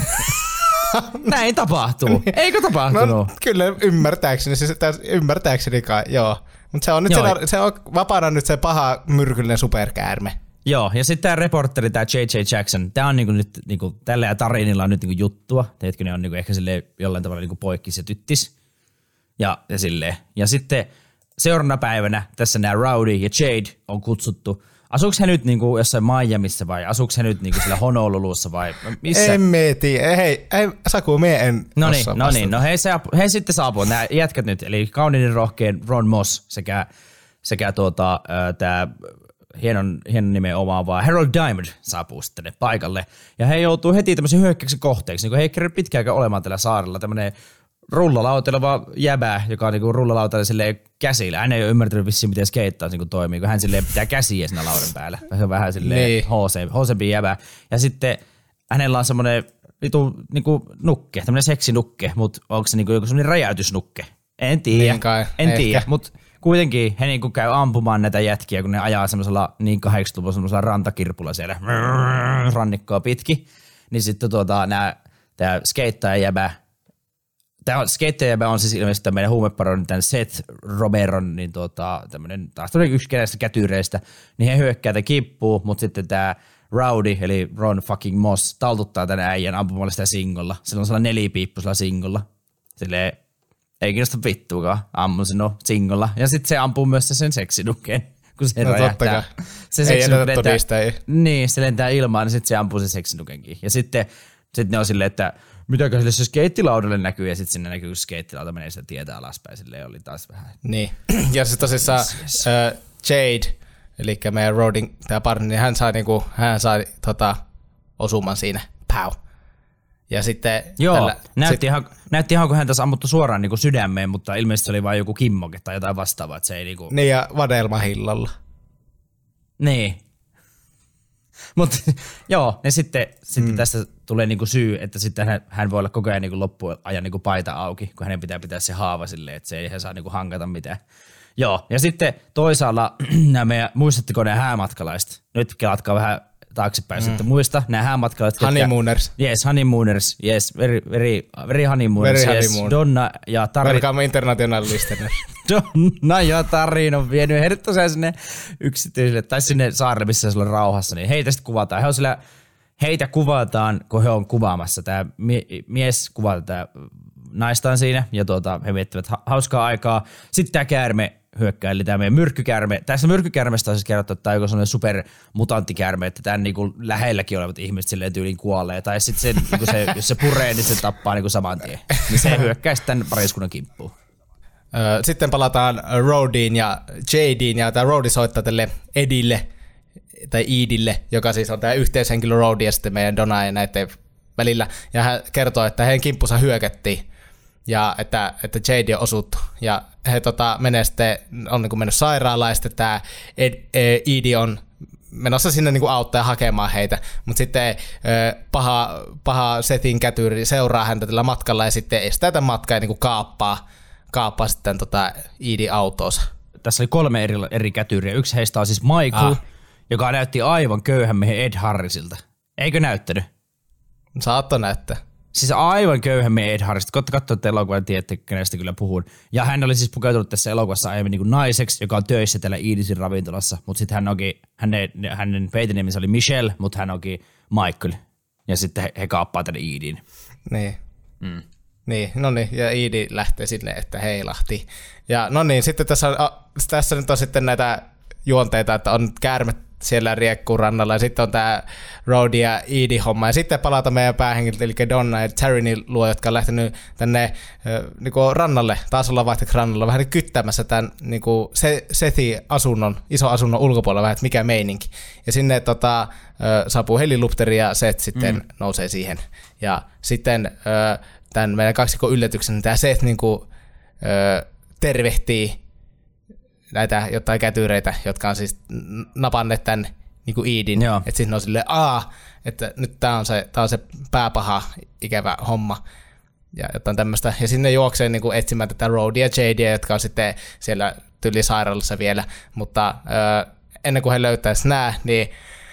Näin tapahtuu. Eikö tapahtunut? No, kyllä ymmärtääkseni, siis ymmärtääkseni kai, joo. Mutta se on nyt se, se on vapaana nyt se paha myrkyllinen superkäärme. Joo, ja sitten tämä reporteri, tämä J J Jackson, tämä on niinku nyt, niinku, tällä ja Tarinilla on nyt niinku juttua, teetkö ne on niinku ehkä silleen jollain tavalla niinku poikkis ja tyttis. Ja, ja silleen. Ja sitten seuraavana päivänä tässä nämä Rowdy ja Jade on kutsuttu. Asuuko he nyt niinku jossain Miamissa vai asuuko he nyt niinku siellä Honolulussa vai missä? En me tiedä. Hei, ei, Saku, me en No niin, no niin, no he, he sitten saapuu, nämä jätkät nyt, eli kauniin rohkeen Ron Moss sekä, sekä tuota, tämä hienon, hienon nimen omaava Harold Diamond saapuu sitten paikalle. Ja he joutuu heti tämmöisen hyökkäyksen kohteeksi, niin kuin he ei kerran pitkäänkään olemaan tällä saarella, tämmöinen rullalauteleva jäbä, joka on niinku rullalautalla silleen käsillä. Hän ei ole ymmärtänyt vissiin, miten skeittaus niinku toimii, kun hän silleen pitää käsiä siinä laudan päällä. Se on vähän silleen niin. hoosempi jäbä. Ja sitten hänellä on semmoinen vitu niinku nukke, tämmöinen seksinukke, mutta onko se niinku joku semmoinen räjäytysnukke? En tiedä. Niin kai, en tiedä, mutta kuitenkin he niinku käy ampumaan näitä jätkiä, kun ne ajaa semmoisella niin kahdeksankymmentäluvun semmoisella rantakirpulla siellä rannikkoa pitki. Niin sitten tuota, nää, tää skeittaja jäbä, tämä skeittäjäbä on siis ilmeisesti tämä meidän huumeparon, tämän Seth Romeron, niin tuota, tämmöinen taas yksi näistä kätyreistä, niin he hyökkää tämän kippuu, mutta sitten tämä Rowdy, eli Ron fucking Moss, taltuttaa tämän äijän ampumalla sitä singolla. Sillä on sellainen nelipiippusella singolla. Silleen, ei kiinnosta vittuakaan, ammun sen no singolla. Ja sitten se ampuu myös sen seksinukkeen, kun se no, räjähtää. Se ei jätetä todista, ei. Niin, se lentää ilmaan, niin sitten se ampuu sen seksinukenkin. Ja sitten sit ne on silleen, että mitäkö sille se skeittilaudalle näkyy ja sitten sinne näkyy, kun skeittilauta menee sitä tietä alaspäin. Silleen oli taas vähän. Niin. Ja sitten tosissaan yes, yes. Uh, Jade, eli meidän Roadin tämä partner, niin hän sai, niinku, hän sai tota, osuman siinä. Pow. Ja sitten... Joo, tällä, näytti, sit, ihan, näytti ihan, kun hän tässä ammuttu suoraan niinku sydämeen, mutta ilmeisesti se oli vain joku kimmoke tai jotain vastaavaa, että se ei niinku... Niin, ja vadelmahillalla. Niin. Mutta joo, ja sitten, sitten mm. tästä tulee niinku syy, että sitten hän, hän voi olla koko ajan niinku loppuajan niinku paita auki, kun hänen pitää pitää se haava silleen, että se ei ihan saa niinku hankata mitään. Joo, ja sitten toisaalla nämä meidän, muistatteko nämä häämatkalaiset? Nyt kelatkaa vähän taaksepäin, mm. sitten muista nämä häämatkalaiset. Honeymooners. Yes, honeymooners, yes, very, very, very honeymooners, very yes. honeymoon. Donna ja Tari. Welcome international listeners. Donna ja Tarin on vienyt heidät tosiaan sinne yksityiselle, tai sinne saarelle, missä se on rauhassa, niin heitä sitten kuvataan. He on sillä, heitä kuvataan, kun he on kuvaamassa. Tämä mie- mies kuvaa tätä naistaan siinä, ja tuota, he miettivät ha- hauskaa aikaa. Sitten tämä käärme hyökkää, eli tämä meidän myrkkykäärme. Tässä myrkkykäärmestä on siis kerrottu, että tämä on joku sellainen supermutanttikäärme, että tämän niinku lähelläkin olevat ihmiset silleen tyyliin kuolee. Tai sitten se, niinku se, jos se puree, niin se tappaa niinku saman tien. Niin se hyökkää sitten pariskunnan kimppuun. Sitten palataan Roadiin ja Jadeen, ja tämä Roadi soittaa tälle Edille, tai Edille, joka siis on tämä yhteishenkilö Roadi ja sitten meidän Donna ja näiden välillä. Ja hän kertoo, että heidän kimppunsa hyökättiin, ja että, että Jade on osuttu. Ja he tota, menee sitten, on niin kuin mennyt sairaalaan, ja sitten tämä Edie on menossa sinne niin kuin auttaa hakemaan heitä, mutta sitten paha, paha Sethin kätyri seuraa häntä tällä matkalla, ja sitten estää tämän matkan ja niin kuin kaappaa, kaappaa sitten tota Edie autoonsa. Tässä oli kolme eri, eri kätyriä. Yksi heistä on siis Michael, ah. joka näytti aivan köyhän miehen Ed Harrisilta. Eikö näyttänyt? Saatto näyttää. Siis aivan köyhän miehen Ed Harrisilta. Kotta katsoa, että elokuvan tiedätte, kenestä kyllä puhun. Ja hän oli siis pukeutunut tässä elokuvassa aiemmin niin kuin naiseksi, joka on töissä täällä Ediesin ravintolassa. Mutta sitten hän onkin, hänen, hänen peitinimensä oli Michelle, mutta hän onkin Michael. Ja sitten he, he kaappaa tänne Edien. Niin. Mm. Niin, no niin, ja Edie lähtee sinne, että heilahti. Ja no niin, sitten tässä, on, tässä nyt on sitten näitä juonteita, että on käärmet siellä riekkuun rannalla, ja sitten on tämä Roadi ja Edie homma, ja sitten palataan meidän päähenkilöt, eli Donna ja Tarinin luo, jotka on lähtenyt tänne niinku rannalle, taas ollaan vaihteeksi rannalla, vähän kyttämässä tämän niinku Sethin asunnon, iso asunnon ulkopuolella, vähän, että mikä meininki. Ja sinne tota, saapuu helikopteri, ja Seth sitten mm. nousee siihen. Ja sitten tämän meidän kaksikon yllätyksen tämä Seth niinku, tervehtii näitä jotain kätyreitä, jotka on siis napanneet tämän niin Edien, että sitten on silleen, aa, että nyt tää on se, tää on se pääpaha, ikävä homma, ja jotain tämmöistä. Ja sinne juoksee niin kuin etsimään tätä Roadia ja Jadea, jotka on sitten siellä tyli sairaalassa vielä, mutta ö, ennen kuin he löytäisivät nämä, niin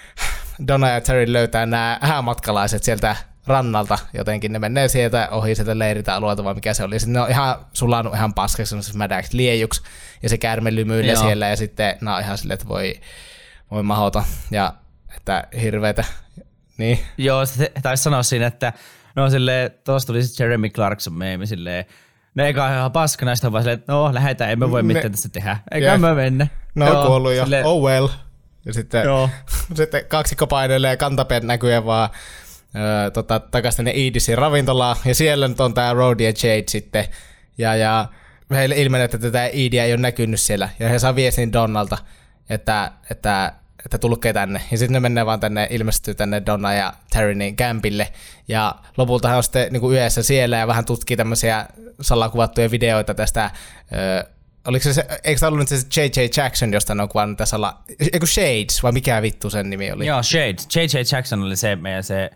Donna ja Terry löytää nämä häämatkalaiset sieltä rannalta, jotenkin ne menee sieltä ohi sieltä leiriltä alueelta, vai mikä se oli. Sitten ne on ihan sulannut ihan paskaksi, semmoisessa mädäksi liejuksi, ja se käärme lymyilee Joo. siellä, ja sitten ne on ihan silleen, että voi, voi mahota, ja että hirveetä. Niin. Joo, se taisi sanoa siinä, että no silleen, tuossa tuli sitten Jeremy Clarkson meemi silleen, no eikä ole ihan paskana, sitten on vaan silleen, että no lähdetään, emme voi mitään tästä tehdä, eikä yeah. me mennä. No on kuollut jo, silleen, oh well. Ja sitten, sitten kaksikko painelee kantapeen näkyy vaan Öö, tota, takaisin tänne Ediesin ravintolaan, ja siellä nyt on tää Roadi ja Jade sitten, ja, ja heille ilmenee, että tätä Edie ei ole näkynyt siellä, ja he saa viestin Donnalta, että, että, että tulkee tänne, ja sitten ne menee vaan tänne, ilmestyy tänne Donna ja Tarinin kämpille, ja lopulta he on sitten niin kuin yhdessä siellä, ja vähän tutkii tämmöisiä salakuvattuja videoita tästä, öö, oliko se, se eikö tämä ollut nyt se J J Jackson, josta ne on kuvannut tässä olla, eikö Shades, vai mikä vittu sen nimi oli? Joo, Shades, J J Jackson oli se meidän se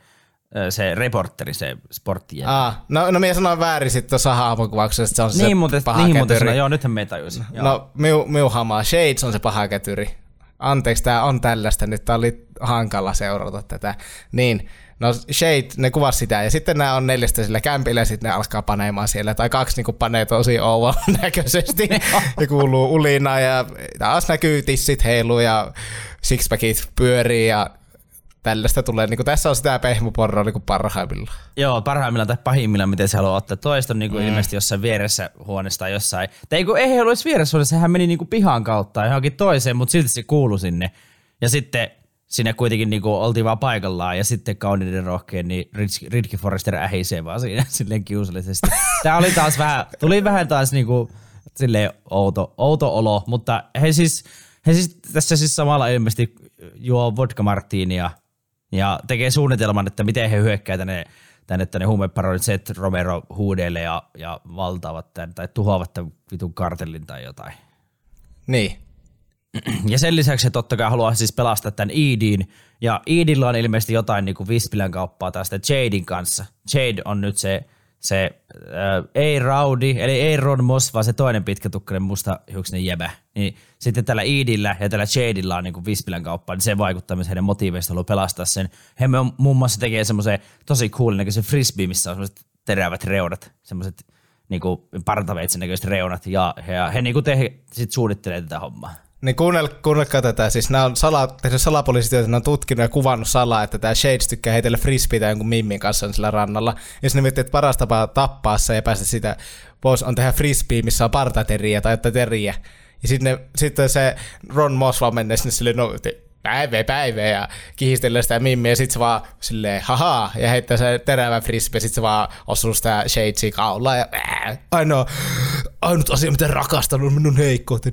se reporteri, se sporttien. Ah, no, no minä sanoin väärin sitten tuossa hahmokuvauksessa, että se on niin, se muuten, paha niin, kätyri. Muuten sanoin, joo, nythän me tajusin. Joo. No, miu, miu hamaa. Shades on se paha kätyri. Anteeksi, tää on tällaista. Nyt tää oli hankala seurata tätä. Niin, no Shade, ne kuvasi sitä, ja sitten nämä on neljästä sillä kämpillä, ja sitten ne alkaa paneemaan siellä, tai kaksi niinku panee tosi ouvan näköisesti, ja kuuluu ulina, ja taas näkyy tissit heiluu, ja sixpackit pyörii, ja tällaista tulee, niin kuin tässä on sitä pehmoporroa niin kuin parhaimmillaan. Joo, parhaimmillaan tai pahimmillaan, miten se haluaa ottaa. Toista on niin kuin mm. ilmeisesti jossain vieressä huoneessa tai jossain. Tai kun ei ollut edes vieressä huoneessa, hän meni niin kuin pihan kautta johonkin toiseen, mutta silti se kuului sinne. Ja sitten siinä kuitenkin niinku oltiin vaan paikallaan ja sitten kauniiden rohkeen, niin Ridge Forrester ähisee vaan siinä silleen kiusallisesti. Tää oli taas vähän, tuli vähän taas niinku silleen outo, outo olo, mutta he siis, he siis tässä siis samalla ilmeisesti juo vodka martinia ja tekee suunnitelman, että miten he hyökkää tänne, tänne, tänne huumeparonit Seth Romero huudeille ja, ja valtaavat tämän, tai tuhoavat tämän vitun kartellin tai jotain. Niin. Ja sen lisäksi he totta kai haluaa siis pelastaa tämän Edin. Ja Edillä on ilmeisesti jotain niin kuin Vispilän kauppaa tästä Jaden kanssa. Jade on nyt se, se äh, ei Rowdy, eli ei Ron Moss, vaan se toinen pitkätukkainen mustahiuksinen jäbä. Niin sitten tällä Edillä ja tällä Jadella on niin kuin Vispilän kauppaa, niin se vaikuttaa myös heidän motiiveista haluaa pelastaa sen. He muun muassa tekee semmoisen tosi coolin näköisen frisbee, missä on semmoiset terävät reunat, semmoiset niin kuin partaveitsen näköiset reunat. Ja he, he niin kuin te, sit suunnittelee tätä hommaa. Niin kuunnel, kuunnelkaa tätä, siis nämä on sala, tehnyt salapoliisityötä, ne on tutkinut ja kuvannut salaa, että tämä Shades tykkää heitellä frisbeitä jonkun mimmin kanssa sillä rannalla. Ja sitten ne miettii, että paras tapa tappaa se ja päästä sitä pois on tehdä frisbee, missä on partateriä tai jotain teriä. Ja sitten sit se Ron Moss vaan menee sinne silleen, no päivä päivä ja kihistelee sitä mimmiä ja sitten se vaan silleen hahaa ja heittää se terävä frisbee ja sitten se vaan osuu sitä Shadesia kaulaa ja ää, ainoa, ainut asia mitä rakastan on minun heikkouteni,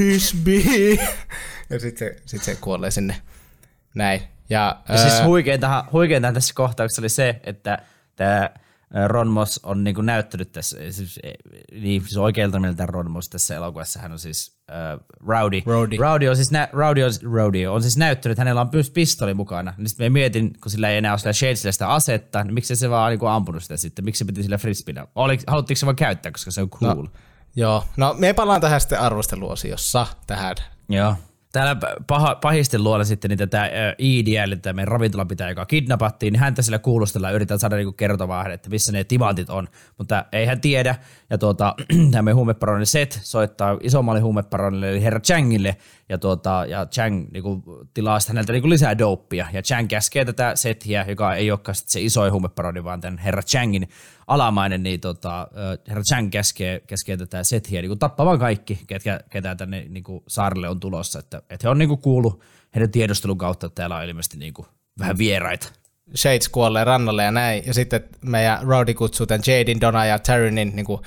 frisbee. Ja sitten se, sit se kuolee sinne näin. Ja, ja ää... siis huikeintahan, huikeintahan tässä kohtauksessa oli se, että tämä Ron Moss on niinku näyttänyt tässä, siis, niin siis oikealta mieltä Ron Moss tässä elokuvassa, hän on siis äh, Rowdy. Rowdy. Rowdy on siis, nä- Rowdy on, Rowdy on siis näyttänyt, että hänellä on myös pistoli mukana. Niin sitten mietin, kun sillä ei enää ole sillä Shadesillä sitä asetta, niin miksi se vaan niinku ampunut sitä sitten, miksi se piti sillä frisbinä? Haluttiinko se vaan käyttää, koska se on cool? No, joo, no me palaan tähän sitten arvosteluosiossa tähän. Joo. Täällä paha, pahisten luolla sitten niin tätä Edia, eli tämä meidän ravintolapitäjä, joka kidnappattiin, niin häntä sillä kuulustellaan ja yritetään saada niinku kertomaan, että missä ne timantit on, mutta ei hän tiedä. Ja tuota, tämä meidän huumeparoni Seth soittaa isommalle huumeparonille, eli herra Changille, ja, tuota, ja Chang niinku, tilaa häneltä niinku lisää dopea. Ja Chang käskee tätä Sethia, joka ei olekaan se isoin huumeparoni, vaan tämän herra Changin alamainen, niin tota, herra Chang käskee, käskee tätä Sethia niin tappamaan kaikki, ketkä, ketä tänne niin kuin saarelle on tulossa. Että, että he on niin kuullut heidän tiedustelun kautta, että täällä on ilmeisesti niin kuin vähän vieraita. Shades kuolee rannalle ja näin, ja sitten meidän Rowdy kutsuu tämän Jaden, Donna ja Tarinin niin kuin,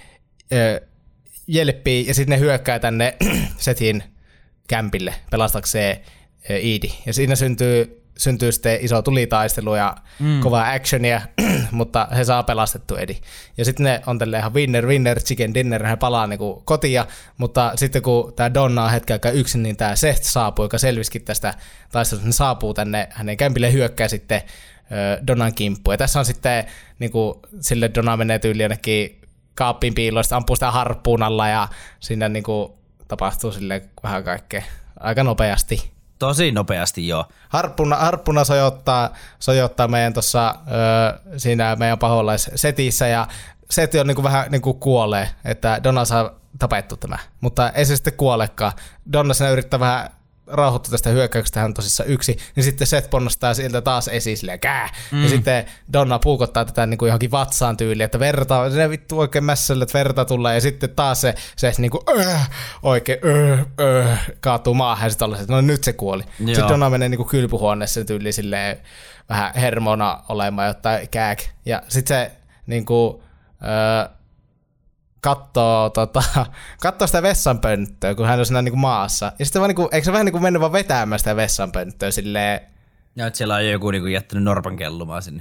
ö, jelppiin, ja sitten ne hyökkää tänne Sethin kämpille pelastakseen Edi. Ja siinä syntyy syntyy sitten iso tulitaistelu ja mm. kovaa actionia, mutta he saa pelastettu Edi. Ja sitten ne on tälleen ihan winner, winner, chicken dinner, he palaa niinku kotia, mutta sitten kun tämä Donna on hetken aikaa yksin, niin tämä Seth saapuu, joka selvisikin tästä taistelusta, ne saapuu tänne hänen kämpille hyökkää sitten ö, Donnan kimppuun. Ja tässä on sitten niinku, sille Donna menee tyyli jonnekin kaappiin piiloista, ampuu sitä harppuunalla ja siinä niinku tapahtuu sille vähän kaikkea aika nopeasti. Tosi nopeasti, joo. Harppuna, harppuna sojottaa, sojottaa meidän tuossa siinä meidän paholaissetissä ja seti on niinku vähän niinku kuolee, että Donna saa tapettu tämä, mutta ei se sitten kuolekaan. Donna siinä yrittää vähän rauhoittua tästä hyökkäyksestä, hän on tosissaan yksi, niin sitten Seth ponnastaa sieltä taas esiin silleen kää, mm. ja sitten Donna puukottaa tätä niin kuin johonkin vatsaan tyyliin, että verta, se vittu oikein mässälle, että verta tulee, ja sitten taas se, se niin kuin öö, oikein öö, öö, kaatuu maahan, ja sitten ollaan, että no nyt se kuoli. Joo. Sitten Donna menee niin kuin kylpyhuoneessa tyyliin silleen vähän hermona olemaan jotain kääk, ja sitten se niin kuin, öö, kattoo, tota, kattoo sitä vessanpönttöä, kun hän on siinä niinku maassa. Ja sitten vaan niinku, eikö se vähän niinku mennyt vaan vetämään sitä vessanpönttöä silleen... Ja että siellä on joku niinku jättänyt norpan kellumaan sinne.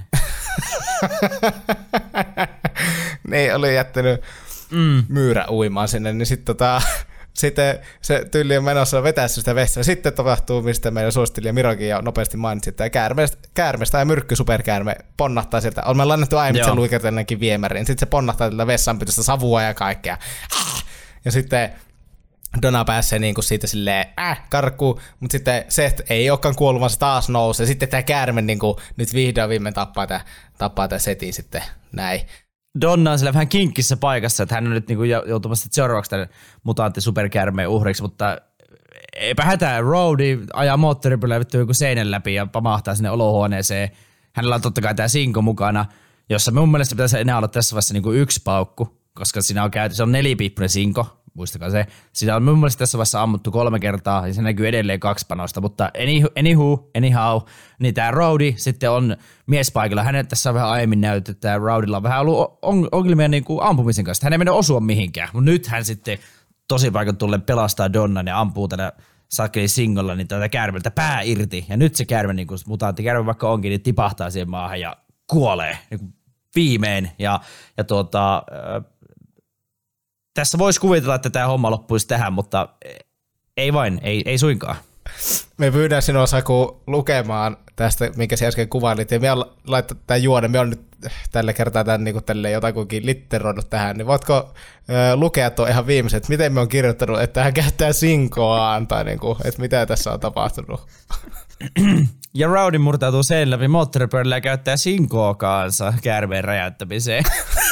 Niin, oli jättänyt mm. myyrä uimaan sinne, niin sitten tota... Sitten se tyyli on menossa vetää sitä vessaa. Sitten tapahtuu, mistä meidän suosittelija Mirokin jo nopeasti mainitsi, että käärmestä, käärmestä ja myrkky superkäärme ponnahtaa sieltä. Olemme lannettu aiemmin sen luikertellenkin viemäriin. Sitten se ponnahtaa tällä vessanpytöstä savua ja kaikkea. Ja sitten Donna pääsee niinku siitä silleen äh, karkuun, mutta sitten Seth ei olekaan kuollut, vaan se taas nousee. Sitten tämä käärme niinku, nyt vihdoin viimein tappaa tämä tappaa Sethin sitten näin. Donna on siellä vähän kinkkissä paikassa, että hän on nyt niinku joutumassa seuraavaksi tämän mutantti-superkäärmeen uhriksi, mutta eipä hätää. Rowdy ajaa moottoripyörällä vittu joku seinän läpi ja pamahtaa sinne olohuoneeseen. Hänellä on totta kai tämä sinko mukana, jossa mun mielestä pitäisi enää olla tässä vaiheessa niinku yksi paukku, koska siinä on käyty, se on nelipiippunen sinko, muistakaa se. Siinä on mun mielestä tässä vaiheessa ammuttu kolme kertaa, ja se näkyy edelleen kaksi panosta, mutta anywho, anyhow, niin tämä Rowdy sitten on miespaikalla. Hänet tässä on vähän aiemmin näytetty, että tämä Rowdylla on vähän ollut ongelmia niin kuin ampumisen kanssa. Hän ei mennyt osua mihinkään, mutta nyt hän sitten tosi paikan tullen pelastaa Donnan ja ampuu tällä sakeli singolla niin tätä käärmeltä pää irti. Ja nyt se käärme, niin kuin mutaattikäärme vaikka onkin, niin tipahtaa siihen maahan ja kuolee niin kuin viimein. Ja, ja tuota, äh, tässä voisi kuvitella, että tämä homma loppuisi tähän, mutta ei vain, ei, ei suinkaan. Me pyydän sinua, Saku, lukemaan tästä, minkä sinä äsken kuvailit, ja me on laittanut tämän juonen, me on nyt tällä kertaa tämän niin tälle jotakuinkin litteroinut tähän, niin voitko ö, lukea tuon ihan viimeiset, miten me on kirjoittanut, että hän käyttää sinkoaan, tai niin kuin, että mitä tässä on tapahtunut? Ja Rowdy murtautuu sen läpi moottoripyörällä ja käyttää sinkoaansa käärmeen räjäyttämiseen.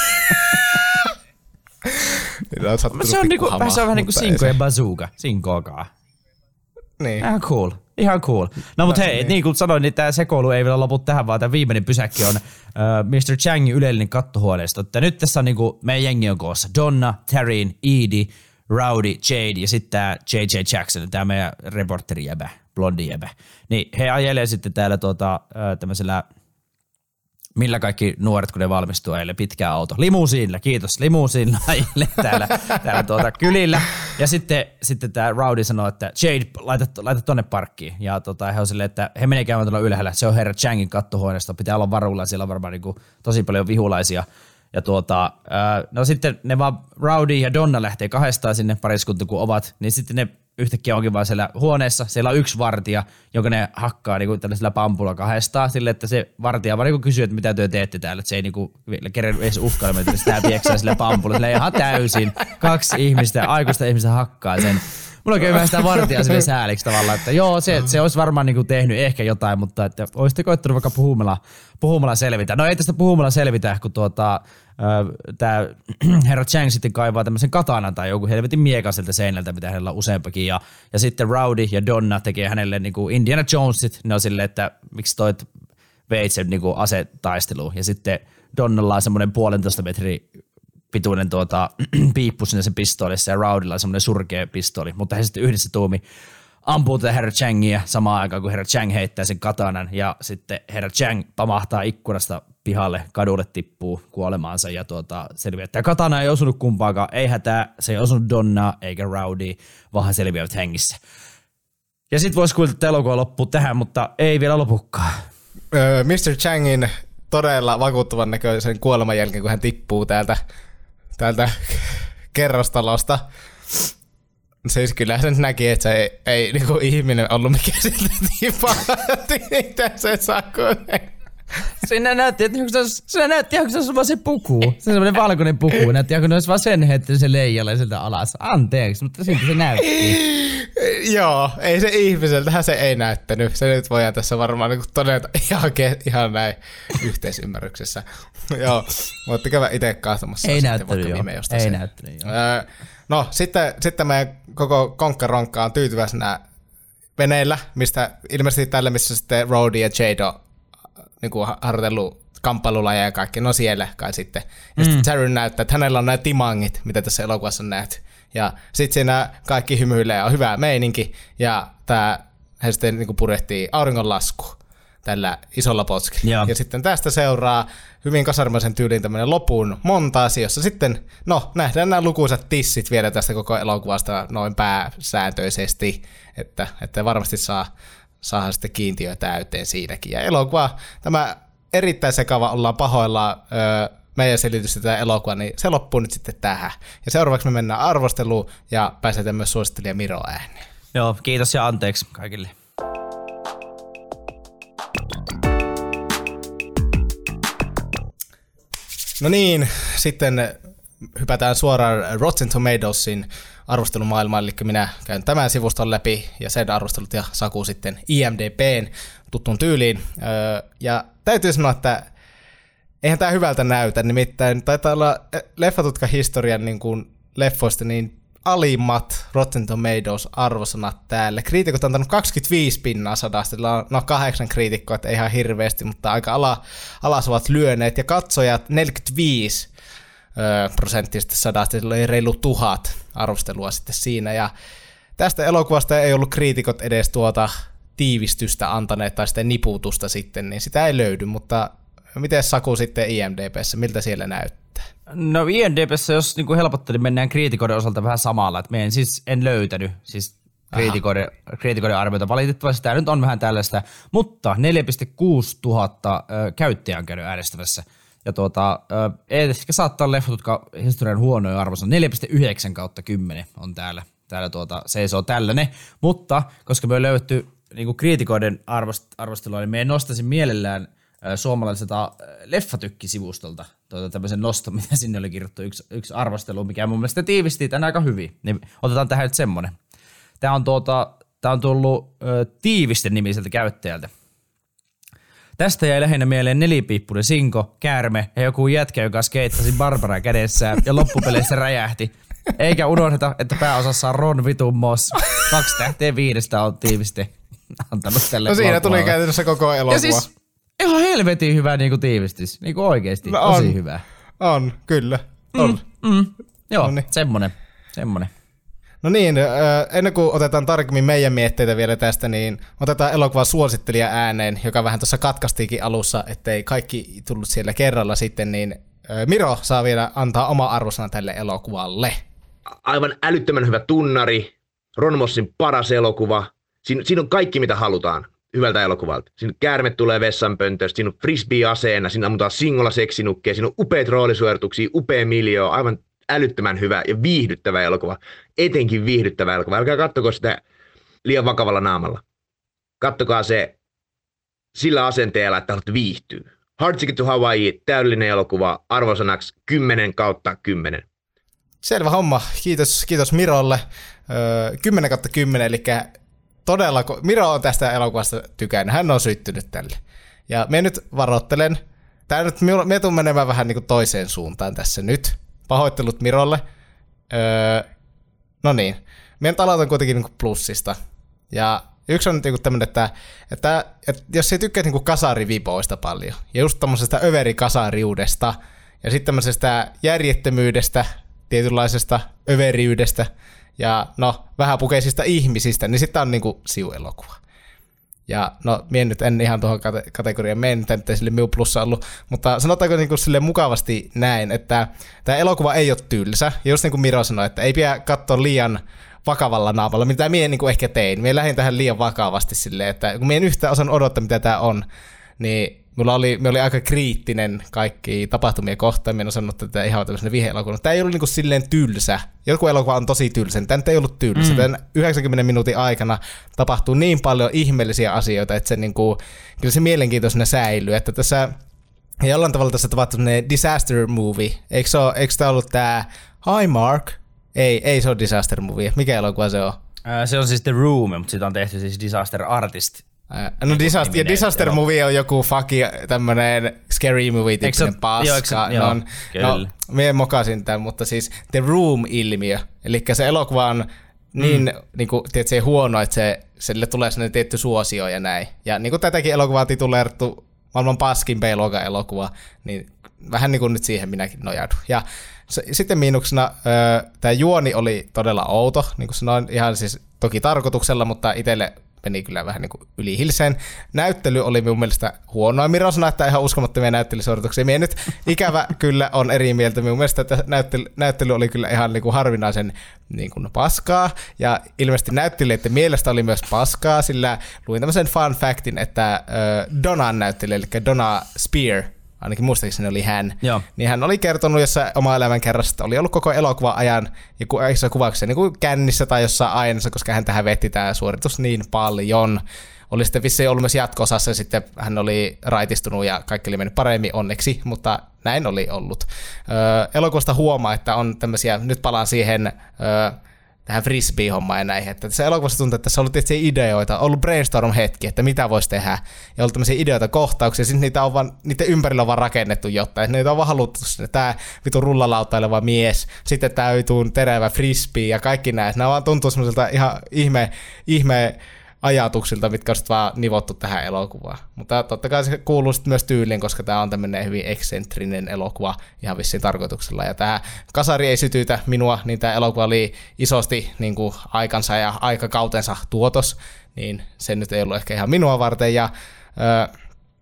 Niin on se on, niinku, hama, se on vähän niin kuin sinko ja bazooka, sinkoakaan. Niin. Ihan cool, ihan cool. No mutta hei, niin. niin kuin sanoin, niin tämä sekoilu ei vielä lopu tähän, vaan tämä viimeinen pysäkki on uh, mister Changin yleinen kattohuoneisto. Että nyt tässä on niin kuin, meidän jengi on koossa Donna, Taryn, Edie, Rowdy, Jade ja sitten tämä J J Jackson, tämä meidän reporterijäbä, blondi jäbä. Niin he ajelee sitten täällä tuota, uh, tämmöisellä, millä kaikki nuoret, kun ne valmistuu ajelee pitkää auto. Limusiinilla, kiitos, limusiinilla ajelee täällä, täällä tuota kylillä. Ja sitten, sitten tämä Rowdy sanoo, että Jade, laita, laita tonne parkkiin. Ja tota, he on silleen, että he menee käymään tuolla ylhäällä. Se on herra Changin kattohuoneesta, pitää olla varuilla. Siellä on varmaan niin kuin tosi paljon vihulaisia. Ja tuota, ää, no sitten ne vaan Rowdy ja Donna lähtee kahdestaan sinne pariskunta kun ovat, niin sitten ne yhtäkkiä onkin vaan siellä huoneessa. Siellä on yksi vartija, jonka ne hakkaa niin kuin tällaisella pampulla kahdestaan silleen, että se vartija vaan niin kysyy, että mitä työ teette täällä. Että se ei niin kuin, kerran edes uhkailemaan, että sitä pieksää sillä pampulla. Sillä ihan täysin. Kaksi ihmistä, aikuista ihmistä hakkaa sen. Mulla on vähän sitä vartijaa sille sääliksi tavallaan, että joo, se, se olisi varmaan niin kuin tehnyt ehkä jotain, mutta että olisitte koittanut vaikka puhumalla, puhumalla selvitä. No ei tästä puhumalla selvitä, kun tuota, äh, tämä herra Chang sitten kaivaa tämmöisen katanan tai joku helvetin miekan sieltä seinältä, mitä hänellä on useampakin. Ja, ja sitten Rowdy ja Donna tekee hänelle niin kuin Indiana Jonesit. Ne on silleen, että miksi toit veit sen niin kuin asetaisteluun. Ja sitten Donnalla on semmoinen puolentoista metri pituinen tuota, piippu sinne sen pistoolissa ja Rowdylla on semmoinen surkea pistooli, mutta he sitten yhdessä tuumi ampuu tätä herra Changia samaan aikaan, kun herra Chang heittää sen katanan ja sitten herra Chang pamahtaa ikkunasta pihalle, kadulle tippuu kuolemaansa ja tuota, selviää, että tämä katana ei osunut kumpaakaan, ei hätää, se ei osunut Donnaa eikä Rowdy, vaan he selviävät hengissä. Ja sitten voisi kuvitella, että elokuva loppuu tähän, mutta ei vielä lopukaan. Öö, mister Changin todella vakuuttavan näköisen kuoleman jälkeen, kun hän tippuu täältä täältä kerrostalosta. Siis kyllä sen näki, että se ei, ei niin kuin ihminen ollut mikään siltä tipahti, mitä se sakoi. Siinä näytti, että se näytti ihan kuin se olisi se puku. Se on semmoinen valkoinen puku. Näytti ihan kuin olisi vaan sen hetken se leijalle sieltä alas. Anteeksi, mutta siltä se näytti. Joo, ei se ihmiseltähän se ei näyttänyt. Se nyt voidaan tässä varmaan niin todeta ihan, ihan näin yhteisymmärryksessä. Joo, voitte käydä itse katsomassa. Ei näyttänyt joo, ei näyttänyt joo. Öö, no sitten, sitten meidän koko konkkaronkka on tyytyväisenä veneillä, mistä ilmeisesti tällä, missä sitten Rowdy ja Jade on niin kuin harjoitellut kamppailulajeja ja kaikki, no siellä kai sitten. Ja mm. sitten Taryn näyttää, että hänellä on nämä timangit, mitä tässä elokuvassa on nähty. Ja sitten siinä kaikki hymyilee ja on hyvä meininki, ja tämä he sitten niin kuin purjehtii auringonlasku tällä isolla potkilla. Ja. ja sitten tästä seuraa hyvin kasarmaisen tyyliin tämmöinen lopun montaasi, jossa sitten, no, nähdään nämä lukuisat tissit vielä tästä koko elokuvasta noin pääsääntöisesti, että, että varmasti saa saadaan sitten kiintiöä täyteen siinäkin. Ja elokuva, tämä erittäin sekava, ollaan pahoillaan öö, meidän selitystä tätä elokuvaa, niin se loppuu nyt sitten tähän. Ja seuraavaksi me mennään arvosteluun ja pääsetään myös suosittelija Miro ääneen. Joo, kiitos ja anteeksi kaikille. No niin, sitten hypätään suoraan Rotten Tomatoesin arvostelumaailmaan, eli minä käyn tämän sivuston läpi ja sen arvostelut ja Saku sitten I M D B:n tuttuun tyyliin. Ja täytyy sanoa, että eihän tämä hyvältä näytä, nimittäin taitaa olla leffatutkahistorian niin kuin leffoista niin alimmat Rotten Tomatoes arvosanat täällä. Kriitikot on antanut kaksikymmentäviisi pinnaa sadasta, sillä on no kahdeksan kriitikkoa, että ihan hirveästi, mutta aika ala, alas ovat lyöneet, ja katsojat neljäkymmentäviisi prosenttisesti sadasta, sillä oli reilu tuhat. arvostelua sitten siinä, ja tästä elokuvasta ei ollut kriitikot edes tuota tiivistystä antaneet tai sitten niputusta sitten, niin sitä ei löydy, mutta miten Saku sitten I M D B:ssä, miltä siellä näyttää? No I M D B:ssä, jos niin helpotteli, niin mennään kriitikoiden osalta vähän samalla, että en, siis en löytänyt siis kriitikoiden, kriitikoiden arvioita. Valitettavasti tämä nyt on vähän tällaista, mutta neljä pilkku kuusi tuhatta ö, käyttäjää on käynyt äänestämässä. Ja tuota, ö, ehkä saattaa olla leffot, jotka historian huonoja arvossa. neljä pilkku yhdeksän kautta kymmenen on täällä, täällä tuota, seisoo tällainen, mutta koska me on löydetty niin kriitikoiden arvost, arvostelua, niin me nostaisin mielellään suomalaiselta leffatykkisivustolta tuota, tämmöisen noston, mitä sinne oli kirjoittu yksi, yksi arvostelu, mikä mun mielestä tiivisti tämän aika hyvin. Niin otetaan tähän nyt semmonen. Tämä on, tuota, tämä on tullut ö, Tiivisten nimiseltä käyttäjältä. Tästä jäi lähinnä mieleen nelipiippunen sinko, käärme ja joku jätkä, joka skeittasi Barbara kädessään ja loppupeleissä räjähti. Eikä unohdeta, että pääosassa on Ron Vitun Moss. Kaksi tähteä viidestä on Tiiviste antanut tälle. No siinä tuli käytännössä koko elokuva. Ja siis ihan helvetin hyvä niinku tiivistys. Niinku oikeesti. No tosi hyvä. On, kyllä. On. Mm, mm. Joo, Noniin. semmonen. semmonen. No niin, ennen kuin otetaan tarkemmin meidän mietteitä vielä tästä, niin otetaan elokuvan suosittelija ääneen, joka vähän tuossa katkastiikin alussa, ettei kaikki tullut siellä kerralla sitten, niin Miro saa vielä antaa oma arvosana tälle elokuvalle. Aivan älyttömän hyvä tunnari, Ron Mossin paras elokuva. Siin, siinä on kaikki, mitä halutaan hyvältä elokuvalta. Siinä käärme tulee vessanpöntöstä, siinä on frisbee-aseena, siinä ammutaan singolla seksinukkeja, siinä on upeat roolisuorituksia, upea miljoo, aivan älyttömän hyvä ja viihdyttävä elokuva. Etenkin viihdyttävä elokuva. Älkää kattoko sitä liian vakavalla naamalla. Kattokaa se sillä asenteella, että haluat viihtyä. Hard Ticket to Hawaii, täydellinen elokuva, arvosanaksi kymmenen kautta kymmenen. Selvä homma. Kiitos, kiitos Mirolle. Öö, kymmenen kautta kymmenen, eli todella, Miro on tästä elokuvasta tykännyt. Hän on syttynyt tälle. Ja me nyt varoittelen. Tää nyt, me tuun menemään vähän niin kuin toiseen suuntaan tässä nyt. Pahoittelut Mirolle. Öö, no niin. Meidän aloitan kuitenkin niin kuin plussista. Ja yksi on niin tämmöinen, että, että, että jos ei tykkää niin kasarivipoista paljon, ja just tämmöisestä överikasariudesta, ja sitten tämmöisestä järjettömyydestä, tietynlaisesta överiydestä, ja no, vähäpukeisista ihmisistä, niin sitten on niin kuin siuelokuva. Ja no, mie nyt en ihan tuohon kate- kategoriaan mene, nyt ei sille minun plussa ollut, mutta sanotaanko niin kuin sille mukavasti näin, että tämä elokuva ei ole tylsä, ja just niin kuin Miro sanoi, että ei pidä katsoa liian vakavalla naamalla, mitä mie niin kuin ehkä tein. Mie lähdin tähän liian vakavasti silleen, että kun mie en yhtään osannut odottaa, mitä tämä on, niin mulla oli, mie oli aika kriittinen kaikki tapahtumia kohtaan. Mie en osannut, että tämä ihan tämmöisenä vihe-elokuvana. Tämä ei ollut niin kuin silleen tylsä. Joku elokuva on tosi tylsä. Tämä ei ollut tylsä. Mm. Tämän yhdeksänkymmenen minuutin aikana tapahtuu niin paljon ihmeellisiä asioita, että se, niin kuin, kyllä se mielenkiintoisena säilyy. Että tässä jollain tavalla tässä tapahtuu sellainen disaster movie. Eikö, se ole, eikö tämä ollut tämä Hi Mark? Ei, ei se ole Disaster Movie. Mikä elokuva se on? Ää, se on siis The Room, mutta siitä on tehty siis Disaster Artist. Ää, no Disaster, ja Disaster elokuva. Movie on joku fucking tämmönen scary movie-tyyppinen paska. Joo, no, no, mie mokasin tämän, mutta siis The Room-ilmiö. Eli se elokuva on niin, mm. niin kuin, tiedätkö, huono, että se, sille tulee sellainen tietty suosio ja näin. Ja niin kuin tätäkin elokuvaa tituleerattu maailman paskin B-luokan elokuva, niin vähän niin kuin nyt siihen minäkin nojaudun. Ja sitten miinuksena tämä juoni oli todella outo, niin kuin sanoin, ihan siis toki tarkoituksella, mutta itselle meni kyllä vähän niin kuin yli hilseen. Näyttely oli mun mielestä huonoa. Miro sanoi, että ihan uskomattomia näyttelysuorituksia. Mie nyt ikävä kyllä on eri mieltä. Mun mielestä että näyttely, näyttely oli kyllä ihan niin kuin harvinaisen niin kuin paskaa. Ja ilmeisesti näyttelijöiden mielestä oli myös paskaa, sillä luin tämmöisen fun factin, että äh, Donan näyttelijä, eli Donna Spear, ainakin muistaakseni oli hän, Joo. niin hän oli kertonut jossain oma elämän kerrassa, että oli ollut koko elokuva ajan ja kuvauksia niin kuin kännissä tai jossain aineessa, koska hän tähän vetti tämä suoritus niin paljon. Oli sitten vissiin ollut myös jatko-osassa ja sitten hän oli raitistunut ja kaikki oli mennyt paremmin onneksi, mutta näin oli ollut. Öö, elokuvasta huomaa, että on tämmöisiä, nyt palaan siihen öö, tähän frisbee-hommaan ja näihin, että tässä elokuvassa tuntuu, että tässä on ollut tietysti ideoita, ollut brainstorm-hetki, että mitä voisi tehdä, ja ollut tämmöisiä ideoita, kohtauksia, sitten niitä on vaan, niiden ympärillä on vaan rakennettu jotain, että niitä on vaan haluttu sinne, tämä vitu rullalautaileva mies, sitten tämä vitu terävä frisbee ja kaikki näin, nämä vaan tuntuu semmoiselta ihan ihme, ihme ajatuksilta, mitkä on vaan nivottu tähän elokuvaan. Mutta totta kai se kuuluu myös tyyliin, koska tämä on tämmöinen hyvin eksentrinen elokuva ihan vissiin tarkoituksella. Ja tämä kasari ei sytytä minua, niin tämä elokuva oli isosti niin kuin aikansa ja aikakautensa tuotos, niin se nyt ei ollut ehkä ihan minua varten. Ja öö,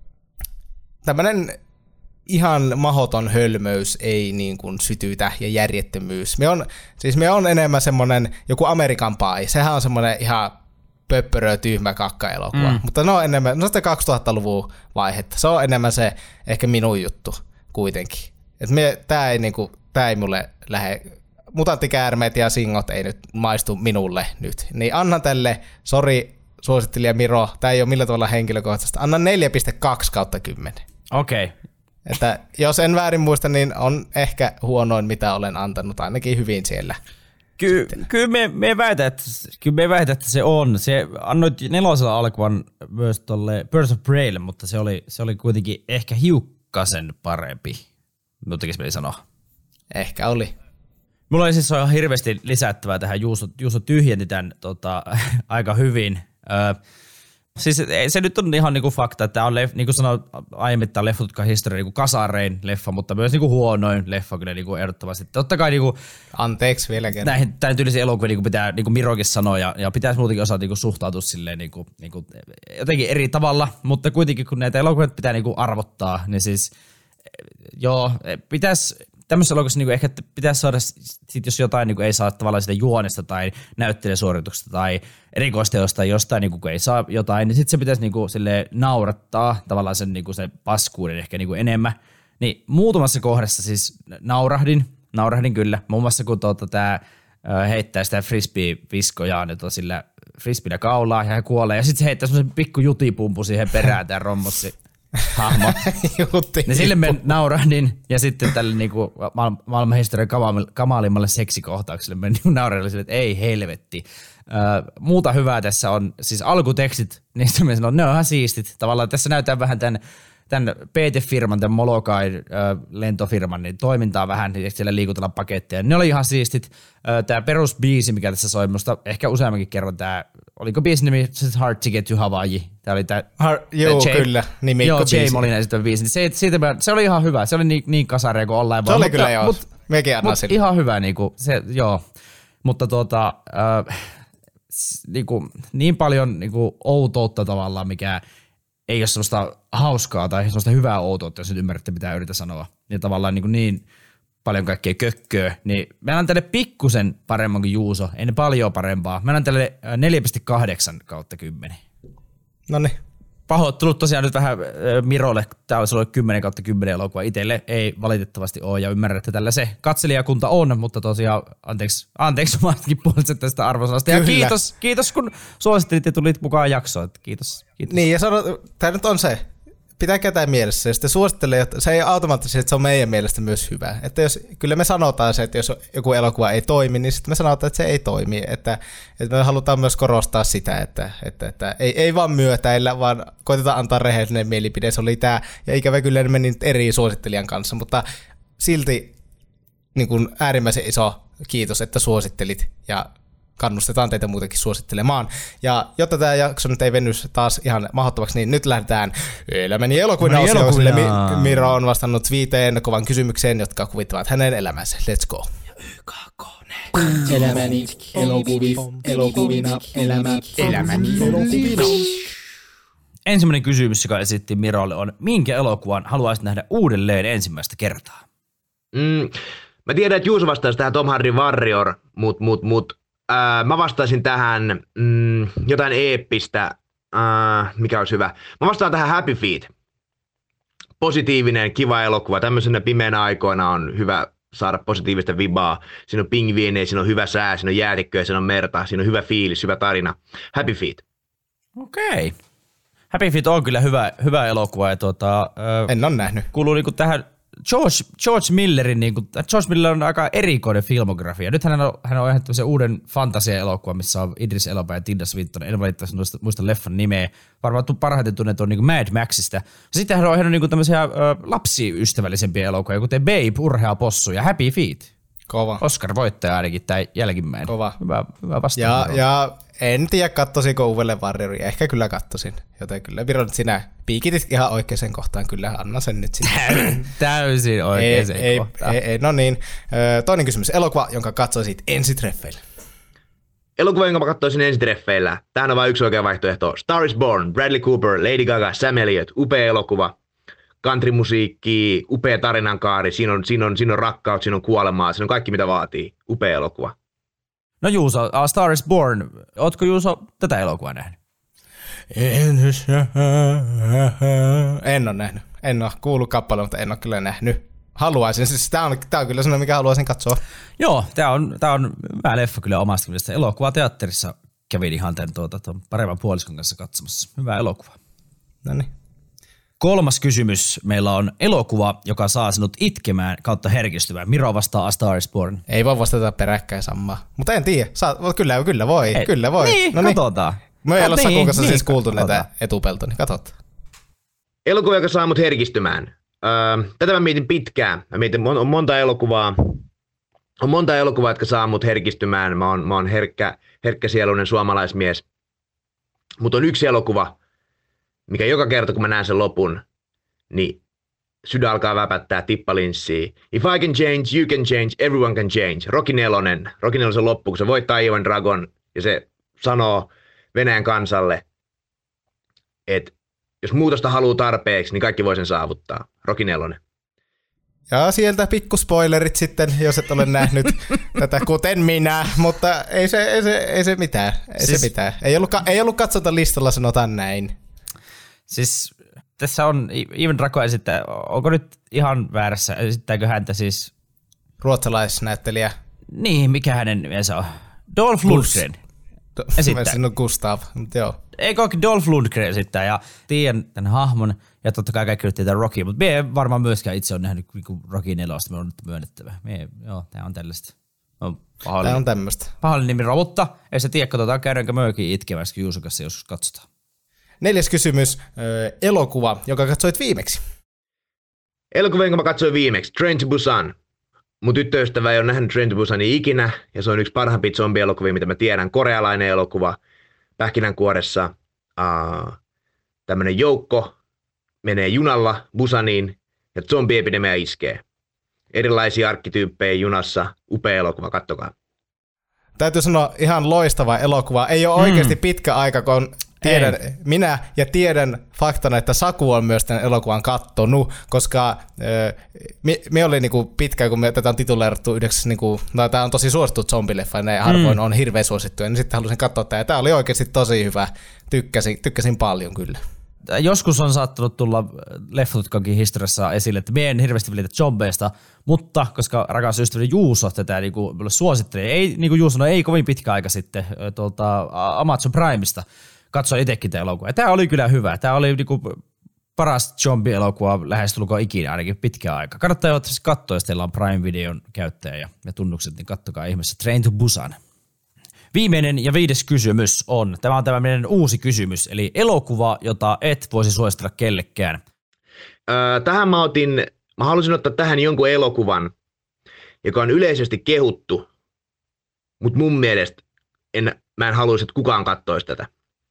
tämmöinen ihan mahoton hölmöys ei niin kuin sytytä ja järjettömyys. Me on, siis me on enemmän semmoinen joku American Pie, sehän on semmoinen ihan pöppörö, tyhmä kakka-elokuva, mm. mutta ne on enemmän, no sitä kaksituhattaluvun vaihetta, se on enemmän se ehkä minun juttu kuitenkin. Et me, tää ei niinku, tää ei mulle lähde, mutanttikäärmeet ja singot ei nyt maistu minulle nyt, niin annan tälle, sori suosittelija Miro, tää ei ole millään tavalla henkilökohtaista, annan neljä pilkku kaksi kautta kymmenen. Okei. Okay. Että jos en väärin muista, niin on ehkä huonoin, mitä olen antanut, ainakin hyvin siellä. Ky- kyllä me, me väitän, että, kyllä me väitän, että se on. Se annoit nelosella alkuvan myös tolle Birds of Preylle, mutta se oli, se oli kuitenkin ehkä hiukkasen parempi. Minun tekisi mieli sanoa. Ehkä oli. Mulla oli siis ihan hirveästi lisättävää tähän. Juuso, Juuso tyhjenti tämän tota, aika hyvin. Öö, Siis se nyt on ihan niinku fakta, että tämä on, niin kuin sanoin aiemmin, tämä on leffotutka historia niinku kasarein leffa, mutta myös niinku huonoin leffa kyllä niinku ehdottomasti. Totta kai niinku, anteeksi vielä kerran. Näihin tämän tyylisiin elokuvia niinku pitää, niinku Mirokin sanoi, ja, ja pitäisi muutenkin osata niinku suhtautua silleen niinku, niinku, jotenkin eri tavalla, mutta kuitenkin kun näitä elokuvia pitää niinku arvottaa, niin siis joo, pitäisi tämmöisessä elokuvassa niinku ehkä pitäisi saada, sit jos jotain niinku ei saa tavallaan sitä juonesta tai näyttelijäsuorituksesta tai erikoisteosta tai jostain, niinku, kun ei saa jotain, niin sitten se pitäisi niinku naurattaa tavallaan sen, niinku sen paskuuden ehkä niinku enemmän. Niin muutamassa kohdassa siis naurahdin, naurahdin kyllä, muun muassa kun tuota, tämä heittää sitä frisbee-viskojaan tota, sillä frisbeellä kaulaa ja hän kuolee ja sitten se heittää semmoisen pikku jutipumpu siihen perään tämä rommossi. Hahmo. Niin sille me naurahdin ja sitten tälle niinku maailman historian kamalimmalle seksikohtaukselle me niinku naurahdin sille, että ei helvetti. Öö, muuta hyvää tässä on siis alkutekstit, niistä me sanon, ne on ihan siistit. Tavallaan tässä näytetään vähän tämän, tämän P T-firman, tämän Molokai öö, lentofirman niin toimintaa vähän, niin siellä liikutellaan paketteja. Ne oli ihan siistit. Öö, tämä perusbiisi, mikä tässä soi, musta ehkä useammankin kerran tämä, oliko biisin nimi Hard to Get to Hawaii? Tämä oli tämä... Har- joo, Jay, kyllä, nimikko biisi. Joo, Jay Molina esittävä biisi. Se, siitä, se oli ihan hyvä, se oli niin, niin kasaria kuin ollaan. Se vaan, oli mutta, kyllä joo, mut, mekin annan sille. Ihan hyvä, niin kuin, se, joo. Mutta tuota, äh, niin, kuin, niin paljon niin kuin outoutta tavallaan, mikä ei ole sellaista hauskaa tai sellaista hyvää outoutta, jos nyt ymmärrätte, mitä yritän sanoa. Ja tavallaan niin, kuin niin paljon kaikkea kökköä, niin mä annan tälle pikkusen paremman kuin Juuso, en paljon parempaa. Mä annan tälle neljä pilkku kahdeksan kautta kymmenen. Noniin. Pahoittelut tosiaan nyt vähän Mirolle, tämä olisi ollut kymmenen kautta kymmenen elokuva, itselle ei valitettavasti ole ja ymmärrän, että tällä se katselijakunta on, mutta tosiaan anteeksi, anteeksi omastakin puolesta tästä arvosanasta. Ja kiitos, kiitos kun suosittelit ja tulit mukaan jaksoon, kiitos, kiitos. Niin ja sano, tämä nyt on se, pitäkää tämä mielessä ja sitten suosittelee, että se ei automaattisesti, että se on meidän mielestä myös hyvä. Että jos, kyllä me sanotaan se, että jos joku elokuva ei toimi, niin sitten me sanotaan, että se ei toimi. Että, että me halutaan myös korostaa sitä, että, että, että ei, ei vaan myötäillä, vaan koitetaan antaa rehellinen mielipide. Se oli tämä, ja ikävä kyllä ne meni nyt eri suosittelijan kanssa, mutta silti niin kuin äärimmäisen iso kiitos, että suosittelit ja kannustetaan teitä muutenkin suosittelemaan. Ja jotta tämä jakso nyt ei venny taas ihan mahdottomaksi, niin nyt lähdetään elämäni elokuvina osioon, sille Miro on vastannut viiteen kovan kysymykseen, jotka kuvittavat hänen elämänsä. Let's go. Elämäni elokuvina, elokuvina, elämä, elämäni elokuvina. Ensimmäinen kysymys, joka esitti Mirolle on, minkä elokuvan haluaisit nähdä uudelleen ensimmäistä kertaa? Mm, mä tiedän, että Juuso vastaisi tähän Tom Hardy Warrior, mut, mut, mut Äh, mä vastaisin tähän mm, jotain eeppistä, äh, mikä olisi hyvä. Mä vastaan tähän Happy Feet. Positiivinen, kiva elokuva. Tämmöisenä pimeänä aikoina on hyvä saada positiivista vibaa. Siinä on pingviinejä, siinä on hyvä sää, siinä on jäätikköä, siinä on merta, siinä on hyvä fiilis, hyvä tarina. Happy Feet. Okei. Okay. Happy Feet on kyllä hyvä, hyvä elokuva. Ja tuota, äh, en ole nähnyt. Kuuluu niinku tähän George, George Millerin, niin kuin, George Miller on aika erikoinen filmografia. Nyt hän on, hän on ehdottava uuden fantasia-elokuva, missä on Idris Elba ja Tilda Swinton. En valitettavasti muista leffan nimeä. Varmaan parhaiten tunnettu on niin Mad Maxista. Sitten hän on ohjannut niin tämmöisiä ö, lapsiystävällisempiä elokuvia, kuten Babe, Urhea possu ja Happy Feet. Kova. Oscar-voittaja ainakin tämä jälkimmäinen. Kova. Hyvä, hyvä vastaan. Ja, ja En tiedä, kattoisinko uudelle Warrioria. Ehkä kyllä kattoisin. Joten kyllä Miro, nyt sinä piikitit ihan oikeaan kohtaan. Kyllä, anna sen nyt sitten. Täysin oikeaan ei, kohtaan. Ei, ei, no niin. Toinen kysymys. Elokuva, jonka katsoisit ensitreffeillä. Elokuva, jonka mä katsoisin ensitreffeillä. Tähän on vain yksi oikea vaihtoehto. Star is Born, Bradley Cooper, Lady Gaga, Sam Elliott. Upea elokuva. Countrymusiikki, upea tarinankaari. Siinä on, siinä, on, siinä on rakkautta, siinä on kuolemaa. Siinä on kaikki, mitä vaatii. Upea elokuva. No Juuso, A Star is Born. Ootko Juuso tätä elokuvaa nähnyt? En ole nähnyt. En ole kuullut kappaleen, mutta en ole kyllä nähnyt. Haluaisin. Siis tää on, tää on kyllä sellainen, mikä haluaisin katsoa. Joo, tää on, tää on hyvä leffa kyllä omasta mielestä. Elokuvateatterissa kävin ihan tämän tuota, tuon paremman puoliskon kanssa katsomassa. Hyvä elokuva. No niin. Kolmas kysymys meillä on elokuva, joka saa sinut itkemään kautta herkistymään. Miro vastaa A Star is Born. Ei voi vastata peräkkäin samaa. Mutta en tiedä. Saa, kyllä, kyllä voi. Ei, kyllä voi. Niin, no katsotaan. Me ei olla niin, Sakun kanssa niin, siis kuultu katsotaan. näitä etupeltoja, niin katsotaan. Elokuva, joka saa mut herkistymään. Öö, tätä mä mietin pitkään. Mä mietin, on, on monta elokuvaa. On monta elokuvaa, jotka saa mut herkistymään. Mä oon, mä oon herkkä, herkkäsieluinen suomalaismies. Mutta on yksi elokuva, mikä joka kerta, kun mä näen sen lopun, niin sydän alkaa väpättää tippalinssiä. If I can change, you can change, everyone can change. Rocky nelonen. Rocky nelosen loppu, kun se voittaa Ivan Dragon ja se sanoo Venäjän kansalle, että jos muutosta haluaa tarpeeksi, niin kaikki voi sen saavuttaa. Rocky nelonen. Ja sieltä pikkuspoilerit sitten, jos et ole nähnyt tätä kuten minä, mutta ei se, ei se, ei se mitään. Ei siis, se mitään. Ei ollut, ei ollut katsota listalla, sanotaan näin. Siis tässä on Ivan Drago esittää, onko nyt ihan väärässä, esittääkö häntä siis... Ruotsalaisnäyttelijä. Niin, mikä hänen nimensä on? Dolph Lundgren. Esittää. Siinä on Gustav, mutta joo. Eikö Dolph Lundgren esittää ja tiedän tämän hahmon ja totta kai kaikki yrittää Rocky, mutta me ei varmaan myöskään itse ole nähnyt Rocky nelosta, me on nyt myönnettävä. Me, joo, tää on tällaista. Tää on tämmöistä. Pahallinen nimi, mutta ei se tiedä, katsotaan käydäänkö möökin itkeväksi, kun Juuson kanssa joskus katsotaan. Neljäs kysymys, elokuva, joka katsoit viimeksi. Elokuva, jonka mä katsoin viimeksi, Train to Busan. Mun tyttöystävä ei ole nähnyt Train to Busania ikinä, ja se on yksi parhaimpia zombielokuvia, mitä mä tiedän. Korealainen elokuva, pähkinänkuoressa. Uh, tämmönen joukko menee junalla Busaniin, ja zombiepidemia iskee. Erilaisia arkkityyppejä junassa, upea elokuva, kattokaa. Täytyy sanoa ihan loistava elokuva. Ei ole mm. oikeasti pitkä aika, kun tiedän, minä ja tiedän faktana, että Saku on myös tämän elokuvan kattonut, koska äh, me, me oli niinku pitkään, kun me tätä on tituleerattu yhdeksäs, niinku, no, tämä on tosi suosittu zombileffa, ja ne harvoin mm. on hirveän suosittu, niin sitten halusin katsoa tämä, ja tämä oli oikeasti tosi hyvä. Tykkäsin, tykkäsin paljon kyllä. Joskus on saattanut tulla leffotutkankin historiassa esille, että me en hirveästi välitä zombeista, mutta koska rakas ystäväni Juuso tätä niin kuin suositteli, ei, niin kuin Juuso sanoi, ei kovin pitkä aika sitten tuolta Amazon Primeista katsoin itsekin tämä elokuva. Ja tämä oli kyllä hyvä. Tämä oli niin kuin paras zombie-elokuva lähestulkoon ikinä, ainakin pitkä aika. Kannattaa jo katsoa, jos teillä on Prime-videon käyttäjä ja, ja tunnukset, niin kattokaa ihmeessä Train to Busan. Viimeinen ja viides kysymys on, tämä on tämä meidän uusi kysymys, eli elokuva, jota et voisi suositella kellekään. Öö, tähän mä otin, mä halusin ottaa tähän jonkun elokuvan, joka on yleisesti kehuttu, mutta mun mielestä en, mä en haluaisi, että kukaan katsoisi tätä.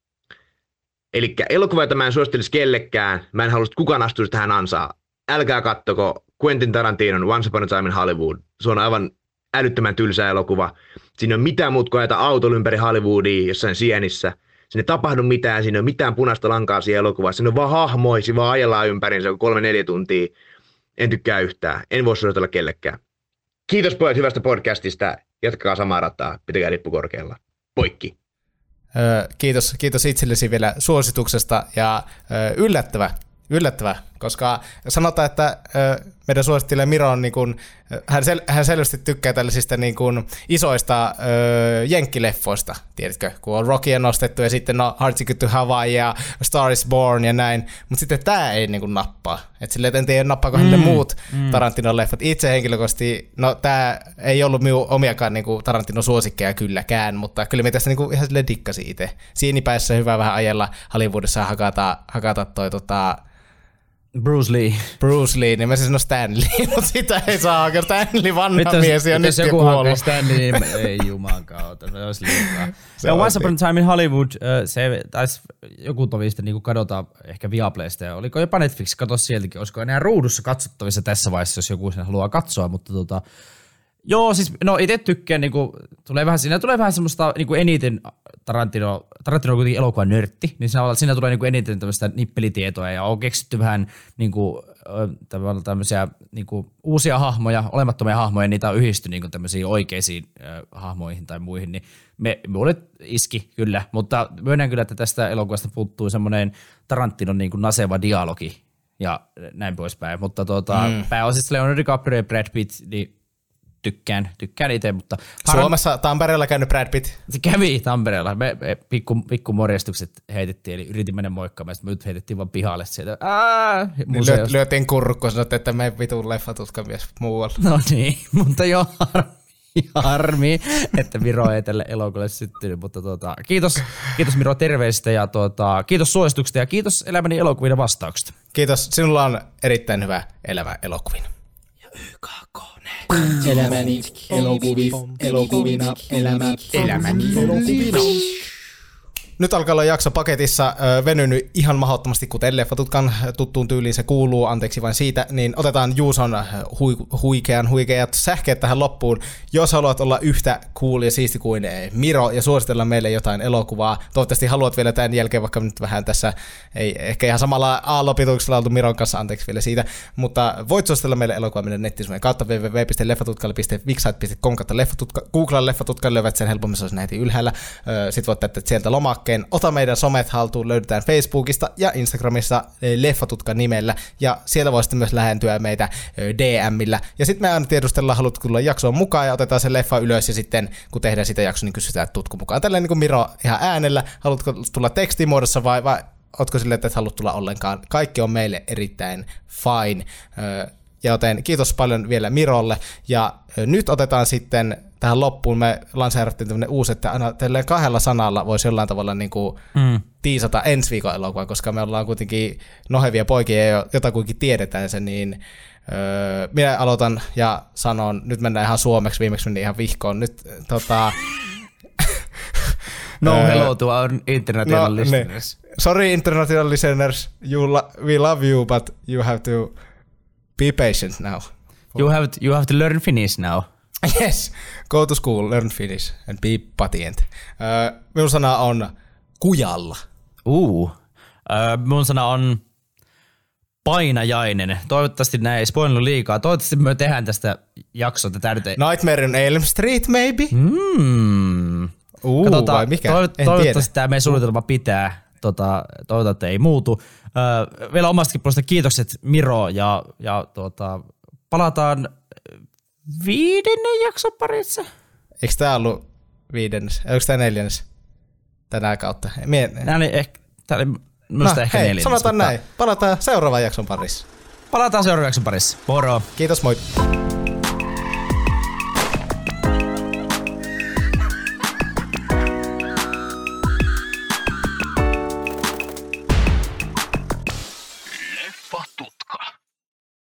Eli elokuva, jota mä en suosittelisi kellekään, mä en haluaisi, että kukaan astuisi tähän ansaan. Älkää kattoko Quentin Tarantinon Once Upon a Time in Hollywood. Se on aivan älyttömän tylsä elokuva. Siinä on mitään muuta kuin ajata autolla ympäri Hollywoodia jossain sienissä. Siinä ei tapahdu mitään, siinä ei ole mitään punaista lankaa siinä elokuvassa. Siinä on vaan hahmoja, siinä vaan ajellaan ympäriinsä kolme neljä tuntia. En tykkää yhtään, en voi suositella kellekään. Kiitos pojat hyvästä podcastista. Jatkakaa samaa rataa, pitäkää lippu korkealla. Poikki. Kiitos, kiitos itsellesi vielä suosituksesta ja yllättävä, yllättävä, koska sanotaan, että meidän suosittelija Miro on niin kuin, hän, sel, hän selvästi tykkää tällaisista niin kuin isoista ö, jenkkileffoista, tiedätkö, kun on Rockia nostettu ja sitten no Hard Ticket to Hawaii ja Star is Born ja näin, mutta sitten tämä ei niin kuin nappaa, että silleen, en tiedä nappaako mm, muut mm. Tarantinon leffat. Itse henkilökohtaisesti, no tämä ei ollut minun omiakaan niin kuin Tarantinon suosikkeja kylläkään, mutta kyllä minä tästä niin kuin ihan silleen dikkasin itse. Siinipäissä hyvä vähän ajella Hollywoodissa hakata, hakata toi tota, Bruce Lee. Bruce Lee, niin mä siis sanon Stanley, mutta sitä ei saa oikein. Stanley vanha Mitä, mies ja nyt jos jo joku hakee kuollut. Stanley, niin ei juman kautta, se olisi liikaa. Se ja on Once Upon a Time in Hollywood, se taisi joku tovista niin kadota ehkä Viaplaysta ja oliko jopa Netflix, katso sieltäkin, olisiko enää ruudussa katsottavissa tässä vaiheessa, jos joku sen haluaa katsoa, mutta tota, joo, siis no itse tykkään, niinku, tulee vähän, siinä tulee vähän semmoista niinku eniten Tarantino, Tarantino on kuitenkin elokuvan nörtti, niin siinä, siinä tulee niinku eniten tämmöistä nippelitietoa ja on keksitty vähän niinku, tämmöisiä niinku, uusia hahmoja, olemattomia hahmoja, niitä on yhdisty niinku, tämmöisiin oikeisiin äh, hahmoihin tai muihin, niin me, mulle iski kyllä, mutta myönnän kyllä, että tästä elokuvasta puuttuu semmoinen Tarantinon niinku naseva dialogi ja näin poispäin, mutta tuota, mm. pääosissa Leonardo DiCaprio ja Brad Pitt, niin tykkään, tykkään itse, mutta... Harmi... Suomessa Tampereella käynyt Brad Pitt. Se kävi Tampereella. Me, me pikku, pikku morjestukset heitettiin, eli yritin mennä moikkaamaan, sitten me nyt heitettiin vaan pihalle sieltä. Ää, Lyö, lyötiin kurkku, sanoit, että me vitun leffatutkamies muualla. No niin, mutta joo, harmi, harmi että Miro ei tälle elokuvalle syttynyt, mutta tuota, kiitos, kiitos Miro terveistä ja tuota, kiitos suosituksesta ja kiitos elämäni elokuvien vastauksesta. Kiitos, sinulla on erittäin hyvä elämä elokuvina. Ja Y K K. Elämäni elokuvi, elokuvina, elämä, elämäni elokuvina. Nyt alkaa olla jakso paketissa ö, venynyt ihan mahdottomasti, kuten Leffatutkan tuttuun tyyliin se kuuluu, anteeksi vain siitä, niin otetaan Juuson hui, huikean huikeat sähkeet tähän loppuun. Jos haluat olla yhtä cool ja siisti kuin Miro ja suositella meille jotain elokuvaa, toivottavasti haluat vielä tämän jälkeen, vaikka nyt vähän tässä, ei ehkä ihan samalla aallopituksella oltu Miron kanssa, anteeksi vielä siitä, mutta voit suositella meille elokuvaa meidän nettisivujen kautta double-u double-u double-u piste leffatutkalle piste wixsite piste com kautta leffatutka, googlaa Leffatutkan, löydät sen helpommin, se olisi nähty ylhäällä, sitten voit tehdä sieltä lomakkeen. Ota meidän somet haltuun, löydetään Facebookista ja Instagramissa Leffatutka nimellä, ja sieltä voisitte myös lähentyä meitä D M:llä. Ja sitten me aina tiedustellaan, haluatko tulla jaksoon mukaan, ja otetaan se leffa ylös, ja sitten kun tehdään sitä jaksoa, niin kysytään, että tutku mukaan. Tälleen niin kuin Miro ihan äänellä, haluatko tulla tekstimuodossa vai, vai ootko silleen, että et halua tulla ollenkaan. Kaikki on meille erittäin fine. Ja joten kiitos paljon vielä Mirolle, ja nyt otetaan sitten tähän loppuun, me lanseerattiin tämmöinen uusi, että aina tälleen kahdella sanalla voisi jollain tavalla niin kuin mm. tiisata ensi viikon elokuvaa, koska me ollaan kuitenkin nohevia poikia ja jotakuinkin tiedetään se, niin öö, minä aloitan ja sanon, nyt mennään ihan suomeksi, viimeksi meni ihan vihkoon, nyt tota... No hello to our international no, listeners. Ne. Sorry international listeners, you lo- we love you, but you have to be patient now. You have to, you have to learn Finnish now. Yes, go to school, learn Finnish and be patient. Uh, minun sana on kujalla. Uh, uh, mun sana on painajainen. Toivottavasti näin ei spoilannut liikaa. Toivottavasti me tehdään tästä jaksoa. Nightmare on Elm Street, maybe? Mm. Uh, Katsotaan, vai mikä? Toivot, toivottavasti tämä meidän suunnitelma pitää. Tota, toivotaan, että ei muutu. Uh, vielä omastakin puolesta kiitokset Miro ja, ja tota, palataan viidennen jakson parissa. Eikö tää ollut viidennes? Onko tää neljännes tänään kautta? Mie... Nää oli ehkä, tää oli minusta no, ehkä hei, neljännes. sanotaan mutta... näin. Palataan seuraavan jakson parissa. Palataan seuraavan jakson parissa. Moro. Kiitos, moi.